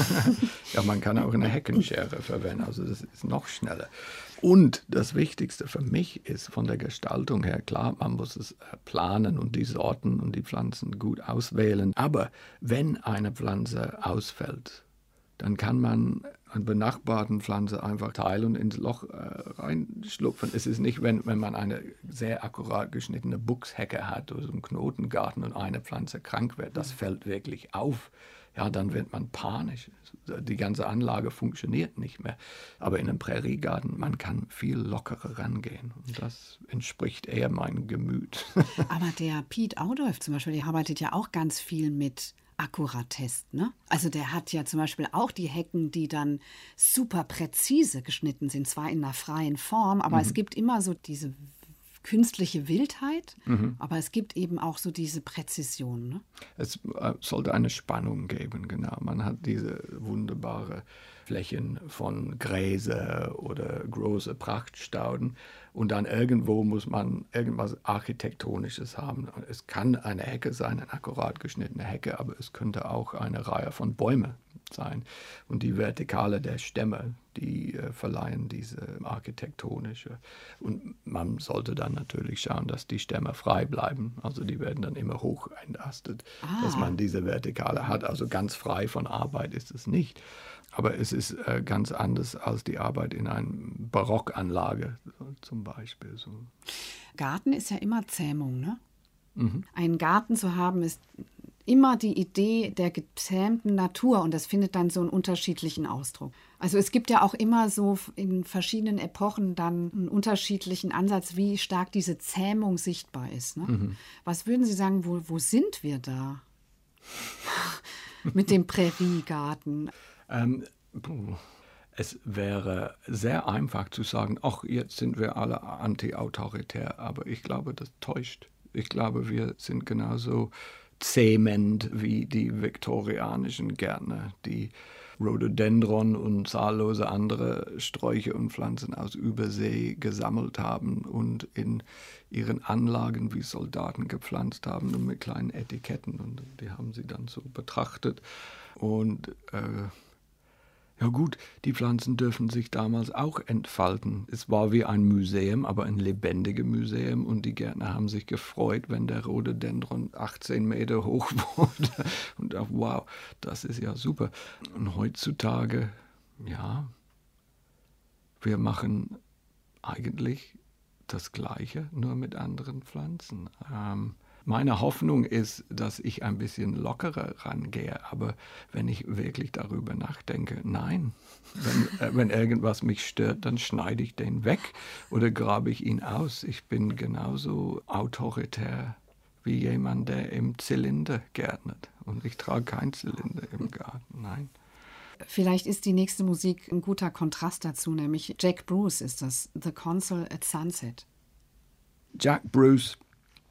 Ja, man kann auch eine Heckenschere verwenden, also das ist noch schneller. Und das Wichtigste für mich ist von der Gestaltung her, klar, man muss es planen und die Sorten und die Pflanzen gut auswählen. Aber wenn eine Pflanze ausfällt, dann kann man eine benachbarte Pflanze einfach teilen und ins Loch äh, reinschlupfen. Es ist nicht, wenn, wenn man eine sehr akkurat geschnittene Buchshecke hat oder so einen Knotengarten und eine Pflanze krank wird, das fällt wirklich auf. Ja, dann wird man panisch. Die ganze Anlage funktioniert nicht mehr. Aber in einem Präriegarten, man kann viel lockerer rangehen. Und das entspricht eher meinem Gemüt. Aber der Piet Oudolf zum Beispiel, der arbeitet ja auch ganz viel mit Akkuratesse, ne? Also der hat ja zum Beispiel auch die Hecken, die dann super präzise geschnitten sind, zwar in einer freien Form, aber mhm. es gibt immer so diese künstliche Wildheit, mhm. aber es gibt eben auch so diese Präzision. Ne? Es äh, sollte eine Spannung geben, genau. Man hat diese wunderbare Flächen von Gräser oder große Prachtstauden und dann irgendwo muss man irgendwas Architektonisches haben. Es kann eine Hecke sein, eine akkurat geschnittene Hecke, aber es könnte auch eine Reihe von Bäumen sein. Und die Vertikale der Stämme, die äh, verleihen diese architektonische. Und man sollte dann natürlich schauen, dass die Stämme frei bleiben. Also die werden dann immer hoch entastet, ah. dass man diese Vertikale hat. Also ganz frei von Arbeit ist es nicht. Aber es ist äh, ganz anders als die Arbeit in einer Barockanlage zum Beispiel. So. Garten ist ja immer Zähmung, ne? Mhm. Einen Garten zu haben ist immer die Idee der gezähmten Natur und das findet dann so einen unterschiedlichen Ausdruck. Also es gibt ja auch immer so in verschiedenen Epochen dann einen unterschiedlichen Ansatz, wie stark diese Zähmung sichtbar ist. Ne? Mhm. Was würden Sie sagen, wo, wo sind wir da mit dem Präriegarten? Ähm, es wäre sehr einfach zu sagen, ach, jetzt sind wir alle anti-autoritär, aber ich glaube, das täuscht. Ich glaube, wir sind genauso zähmend wie die viktorianischen Gärtner, die Rhododendron und zahllose andere Sträucher und Pflanzen aus Übersee gesammelt haben und in ihren Anlagen wie Soldaten gepflanzt haben und mit kleinen Etiketten. Und die haben sie dann so betrachtet. Und äh, ja gut, die Pflanzen dürfen sich damals auch entfalten. Es war wie ein Museum, aber ein lebendiges Museum und die Gärtner haben sich gefreut, wenn der Rhododendron achtzehn Meter hoch wurde und dachte, wow, das ist ja super. Und heutzutage, ja, wir machen eigentlich das Gleiche, nur mit anderen Pflanzen. Ähm, Meine Hoffnung ist, dass ich ein bisschen lockerer rangehe, aber wenn ich wirklich darüber nachdenke, nein, wenn, äh, wenn irgendwas mich stört, dann schneide ich den weg oder grabe ich ihn aus. Ich bin genauso autoritär wie jemand, der im Zylinder gärtnet und ich trage keinen Zylinder im Garten, nein. Vielleicht ist die nächste Musik ein guter Kontrast dazu, nämlich Jack Bruce ist das, The Consul at Sunset. Jack Bruce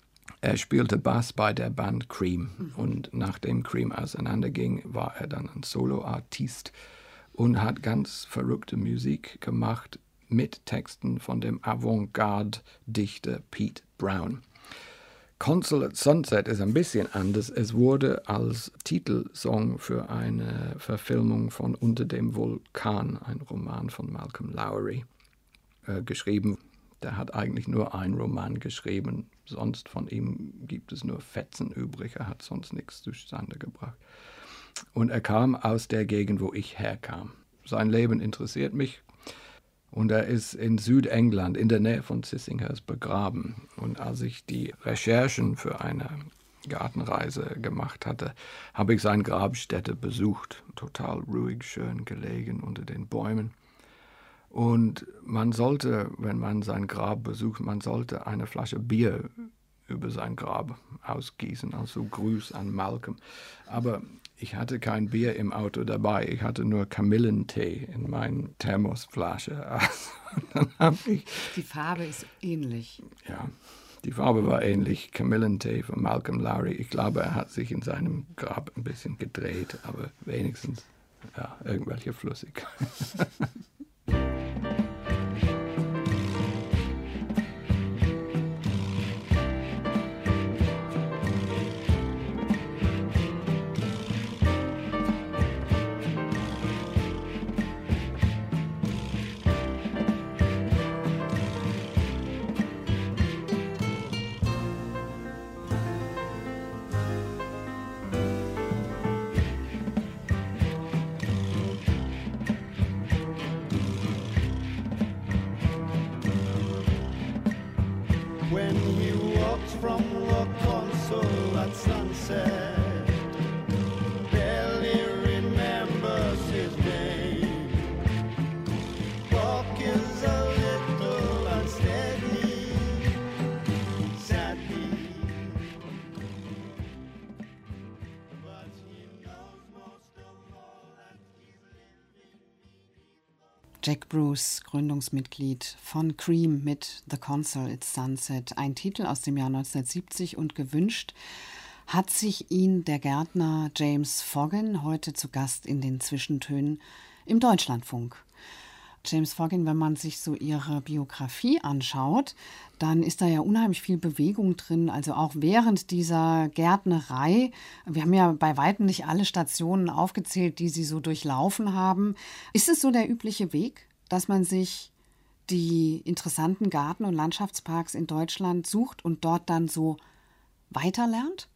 Er spielte Bass bei der Band Cream mhm. und nachdem Cream auseinanderging, war er dann ein Soloartist und hat ganz verrückte Musik gemacht mit Texten von dem Avantgarde-Dichter Pete Brown. Consulate Sunset ist ein bisschen anders. Es wurde als Titelsong für eine Verfilmung von Unter dem Vulkan, ein Roman von Malcolm Lowry, äh, geschrieben. Der hat eigentlich nur einen Roman geschrieben, sonst von ihm gibt es nur Fetzen übrig. Er hat sonst nichts zustande gebracht. Und er kam aus der Gegend, wo ich herkam. Sein Leben interessiert mich. Und er ist in Südengland, in der Nähe von Sissinghurst, begraben. Und als ich die Recherchen für eine Gartenreise gemacht hatte, habe ich seine Grabstätte besucht. Total ruhig, schön gelegen unter den Bäumen. Und man sollte, wenn man sein Grab besucht, man sollte eine Flasche Bier über sein Grab ausgießen, also Gruß an Malcolm. Aber ich hatte kein Bier im Auto dabei, ich hatte nur Kamillentee in meiner Thermosflasche. Also, dann hab ich, die Farbe ist ähnlich. Ja, die Farbe war ähnlich. Kamillentee von Malcolm Lowry. Ich glaube, er hat sich in seinem Grab ein bisschen gedreht, aber wenigstens ja, irgendwelche Flüssigkeit. When he walks from the console at sunset, barely remembers his name. Walk is a little unsteady, sadly, but he knows most of all that he's living. Jack Bruce, Gründungsmitglied von Cream mit The Console It's Sunset, ein Titel aus dem Jahr neunzehnhundertsiebzig, und gewünscht hat sich ihn der Gärtner James Foggin, heute zu Gast in den Zwischentönen im Deutschlandfunk. James Foggin, wenn man sich so ihre Biografie anschaut, dann ist da ja unheimlich viel Bewegung drin, also auch während dieser Gärtnerei. Wir haben ja bei weitem nicht alle Stationen aufgezählt, die Sie so durchlaufen haben. Ist es so der übliche Weg, dass man sich die interessanten Garten- und Landschaftsparks in Deutschland sucht und dort dann so weiterlernt?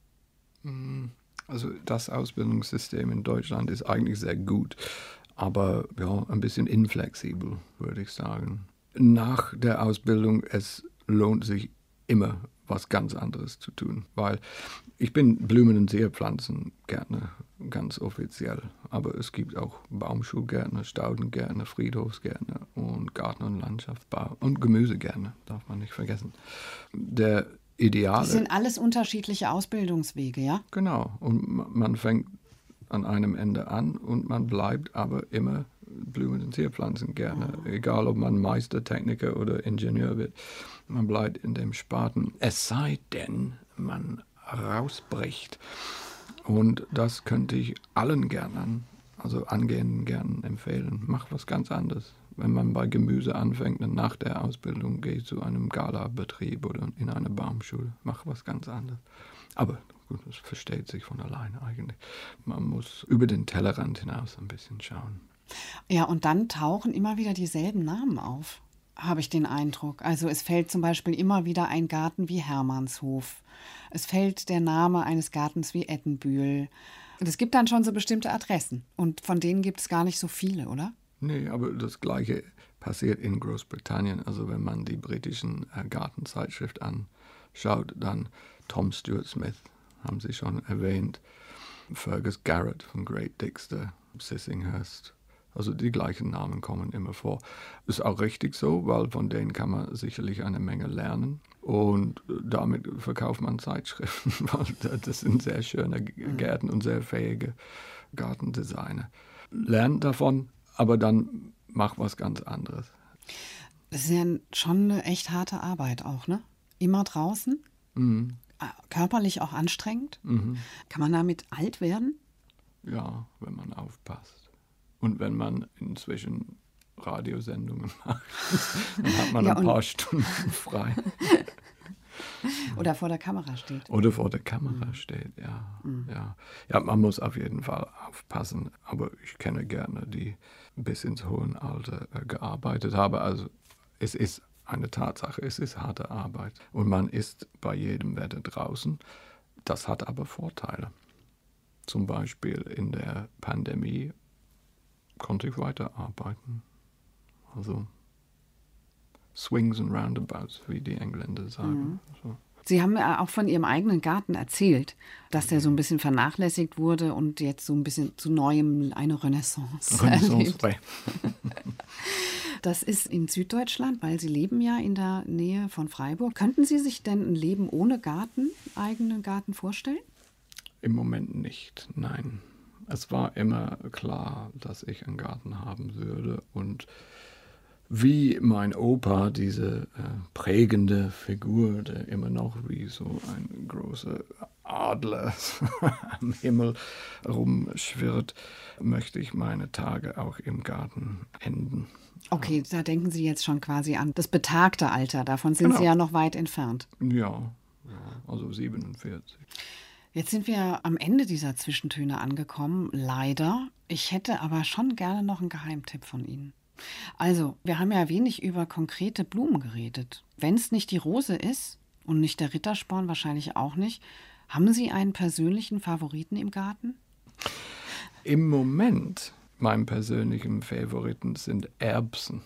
Also das Ausbildungssystem in Deutschland ist eigentlich sehr gut, aber ja, ein bisschen inflexibel, würde ich sagen. Nach der Ausbildung, es lohnt sich immer, was ganz anderes zu tun, weil ich bin Blumen- und Zierpflanzengärtner, ganz offiziell, aber es gibt auch Baumschulgärtner, Staudengärtner, Friedhofsgärtner und Garten- und Landschaftsbau und Gemüsegärtner, darf man nicht vergessen. Der Ideale... Das sind alles unterschiedliche Ausbildungswege, ja? Genau, und man fängt an einem Ende an und man bleibt aber immer Blumen- und Zierpflanzengärtner, mhm. egal ob man Meister, Techniker oder Ingenieur wird. Man bleibt in dem Spaten, es sei denn, man rausbricht. Und das könnte ich allen Gärtnern, also angehenden Gärtnern empfehlen. Mach was ganz anderes. Wenn man bei Gemüse anfängt und nach der Ausbildung geht zu einem Gala-Betrieb oder in eine Baumschule, mach was ganz anderes. Aber gut, das versteht sich von alleine eigentlich. Man muss über den Tellerrand hinaus ein bisschen schauen. Ja, und dann tauchen immer wieder dieselben Namen auf, habe ich den Eindruck. Also es fällt zum Beispiel immer wieder ein Garten wie Hermannshof. Es fällt der Name eines Gartens wie Ettenbühl. Es gibt dann schon so bestimmte Adressen. Und von denen gibt es gar nicht so viele, oder? Nee, aber das Gleiche passiert in Großbritannien. Also wenn man die britischen äh, Gartenzeitschrift anschaut, dann Tom Stuart Smith, haben Sie schon erwähnt, Fergus Garrett von Great Dixter, Sissinghurst. Also die gleichen Namen kommen immer vor. Ist auch richtig so, weil von denen kann man sicherlich eine Menge lernen. Und damit verkauft man Zeitschriften, weil das sind sehr schöne Gärten und sehr fähige Gartendesigner. Lernt davon, aber dann mach was ganz anderes. Das ist ja schon eine echt harte Arbeit auch, ne? Immer draußen? Mhm. äh, körperlich auch anstrengend? Mhm. Kann man damit alt werden? Ja, wenn man aufpasst. Und wenn man inzwischen Radiosendungen macht, dann hat man Ja, ein und- paar Stunden frei. Oder vor der Kamera steht? Oder vor der Kamera steht, ja, ja. Ja, man muss auf jeden Fall aufpassen. Aber ich kenne gerne, die bis ins hohe Alter äh, gearbeitet haben. Also es ist eine Tatsache, es ist harte Arbeit. Und man ist bei jedem Wetter draußen. Das hat aber Vorteile. Zum Beispiel in der Pandemie konnte ich weiterarbeiten. Also Swings and Roundabouts, wie die Engländer sagen. So. Sie haben ja auch von Ihrem eigenen Garten erzählt, dass der so ein bisschen vernachlässigt wurde und jetzt so ein bisschen zu Neuem eine Renaissance erlebt. Renaissance, Das ist in Süddeutschland, weil Sie leben ja in der Nähe von Freiburg. Könnten Sie sich denn ein Leben ohne Garten, eigenen Garten vorstellen? Im Moment nicht, nein. Es war immer klar, dass ich einen Garten haben würde. Und wie mein Opa, diese äh, prägende Figur, der immer noch wie so ein großer Adler am Himmel rumschwirrt, möchte ich meine Tage auch im Garten enden. Okay, da denken Sie jetzt schon quasi an das betagte Alter. Davon sind Genau. Sie ja noch weit entfernt. Ja, ja, also siebenundvierzig. Jetzt sind wir am Ende dieser Zwischentöne angekommen, leider. Ich hätte aber schon gerne noch einen Geheimtipp von Ihnen. Also, wir haben ja wenig über konkrete Blumen geredet. Wenn es nicht die Rose ist und nicht der Rittersporn, wahrscheinlich auch nicht, haben Sie einen persönlichen Favoriten im Garten? Im Moment, mein persönlichen Favoriten sind Erbsen.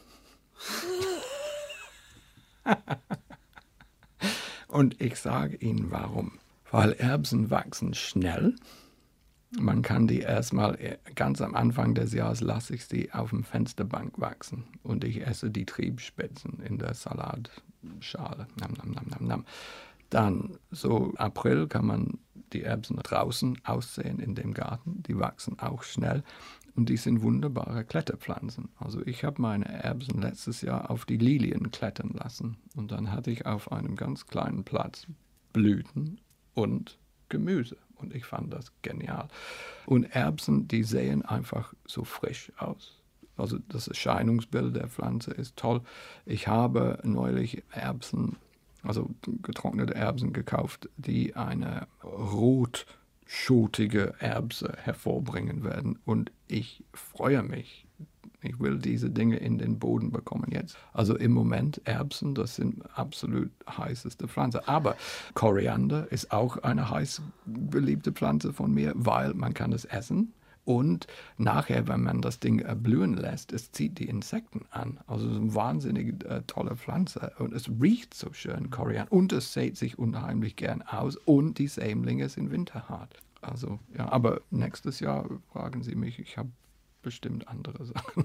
Und ich sage Ihnen warum. Weil Erbsen wachsen schnell. Man kann die erstmal ganz am Anfang des Jahres lasse ich sie auf dem Fensterbank wachsen und ich esse die Triebspitzen in der Salatschale. Nam, nam, nam, nam, nam. Dann so April kann man die Erbsen draußen aussehen in dem Garten. Die wachsen auch schnell und die sind wunderbare Kletterpflanzen. Also ich habe meine Erbsen letztes Jahr auf die Lilien klettern lassen und dann hatte ich auf einem ganz kleinen Platz Blüten und Gemüse. Und ich fand das genial. Und Erbsen, die sehen einfach so frisch aus. Also das Erscheinungsbild der Pflanze ist toll. Ich habe neulich Erbsen, also getrocknete Erbsen gekauft, die eine rotschotige Erbse hervorbringen werden. Und ich freue mich. Ich will diese Dinge in den Boden bekommen jetzt. Also im Moment Erbsen, das sind absolut heißeste Pflanze. Aber Koriander ist auch eine heiß beliebte Pflanze von mir, weil man kann es essen. Und nachher, wenn man das Ding blühen lässt, es zieht die Insekten an. Also es ist eine wahnsinnig äh, tolle Pflanze. Und es riecht so schön, Koriander. Und es sät sich unheimlich gern aus. Und die Sämlinge sind winterhart. Also ja, aber nächstes Jahr fragen Sie mich, ich habe bestimmt andere Sachen.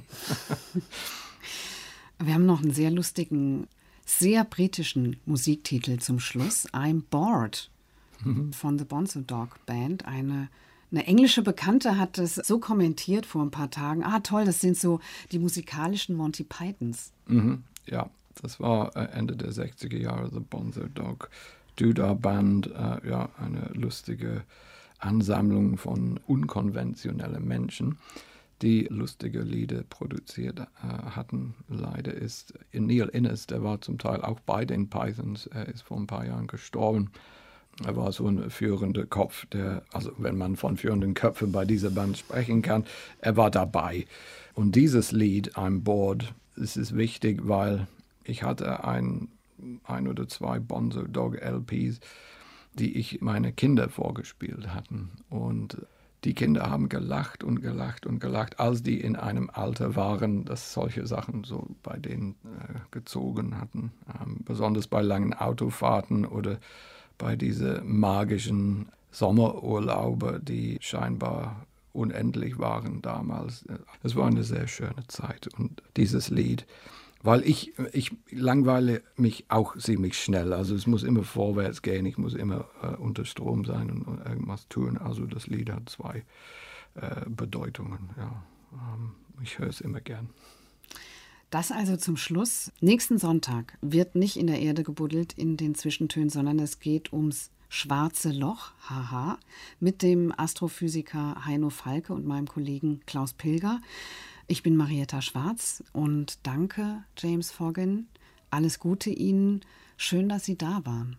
Wir haben noch einen sehr lustigen, sehr britischen Musiktitel zum Schluss. I'm Bored von The Bonzo Dog Band. Eine, eine englische Bekannte hat es so kommentiert vor ein paar Tagen. Ah, toll, das sind so die musikalischen Monty Pythons. Mhm, ja, das war äh, Ende der sechziger Jahre, The Bonzo Dog Doodah Band. Äh, ja, eine lustige Ansammlung von unkonventionellen Menschen, die lustige Lieder produziert äh, hatten. Leider ist Neil Innes, der war zum Teil auch bei den Pythons, er ist vor ein paar Jahren gestorben. Er war so ein führender Kopf, der, also wenn man von führenden Köpfen bei dieser Band sprechen kann, er war dabei. Und dieses Lied, I'm Bored, es ist wichtig, weil ich hatte ein, ein oder zwei Bonzo Dog L Ps, die ich meine Kinder vorgespielt hatten. Und die Kinder haben gelacht und gelacht und gelacht, als die in einem Alter waren, dass solche Sachen so bei denen äh, gezogen hatten. Ähm, besonders bei langen Autofahrten oder bei diesen magischen Sommerurlaube, die scheinbar unendlich waren damals. Es war eine sehr schöne Zeit. Und dieses Lied, weil ich, ich langweile mich auch ziemlich schnell. Also es muss immer vorwärts gehen, ich muss immer äh, unter Strom sein und, und irgendwas tun. Also das Lied hat zwei äh, Bedeutungen. Ja. Ähm, ich höre es immer gern. Das also zum Schluss. Nächsten Sonntag wird nicht in der Erde gebuddelt in den Zwischentönen, sondern es geht ums Schwarze Loch, haha, mit dem Astrophysiker Heino Falke und meinem Kollegen Klaus Pilger. Ich bin Marietta Schwarz und danke James Foggin. Alles Gute Ihnen. Schön, dass Sie da waren.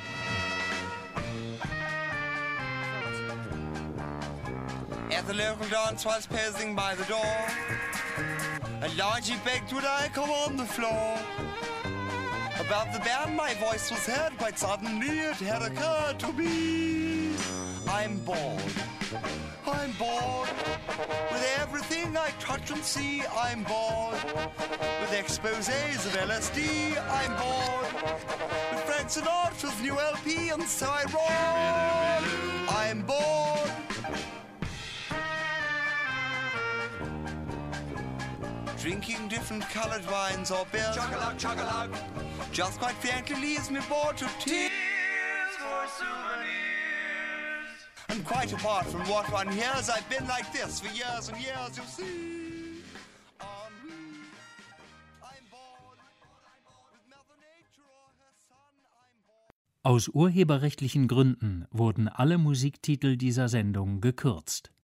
As the local dance was passing by the door, a largy begged would I come on the floor. Above the band my voice was heard, quite suddenly it had occurred to me. I'm bored, I'm bored, with everything I touch and see, I'm bored, with exposés of L S D, I'm bored, with Frank Sinatra's new L P and so I roar, I'm bored. Drinking different colored wines or beer, chug-a-lug, chug-a-lug, just quite frankly leaves me bored to tears for souvenirs. And quite apart from what one hears, I've been like this for years and years, you see. Ennui, I'm bored, with Mother Nature or her son, I'm bored. Aus urheberrechtlichen Gründen wurden alle Musiktitel dieser Sendung gekürzt.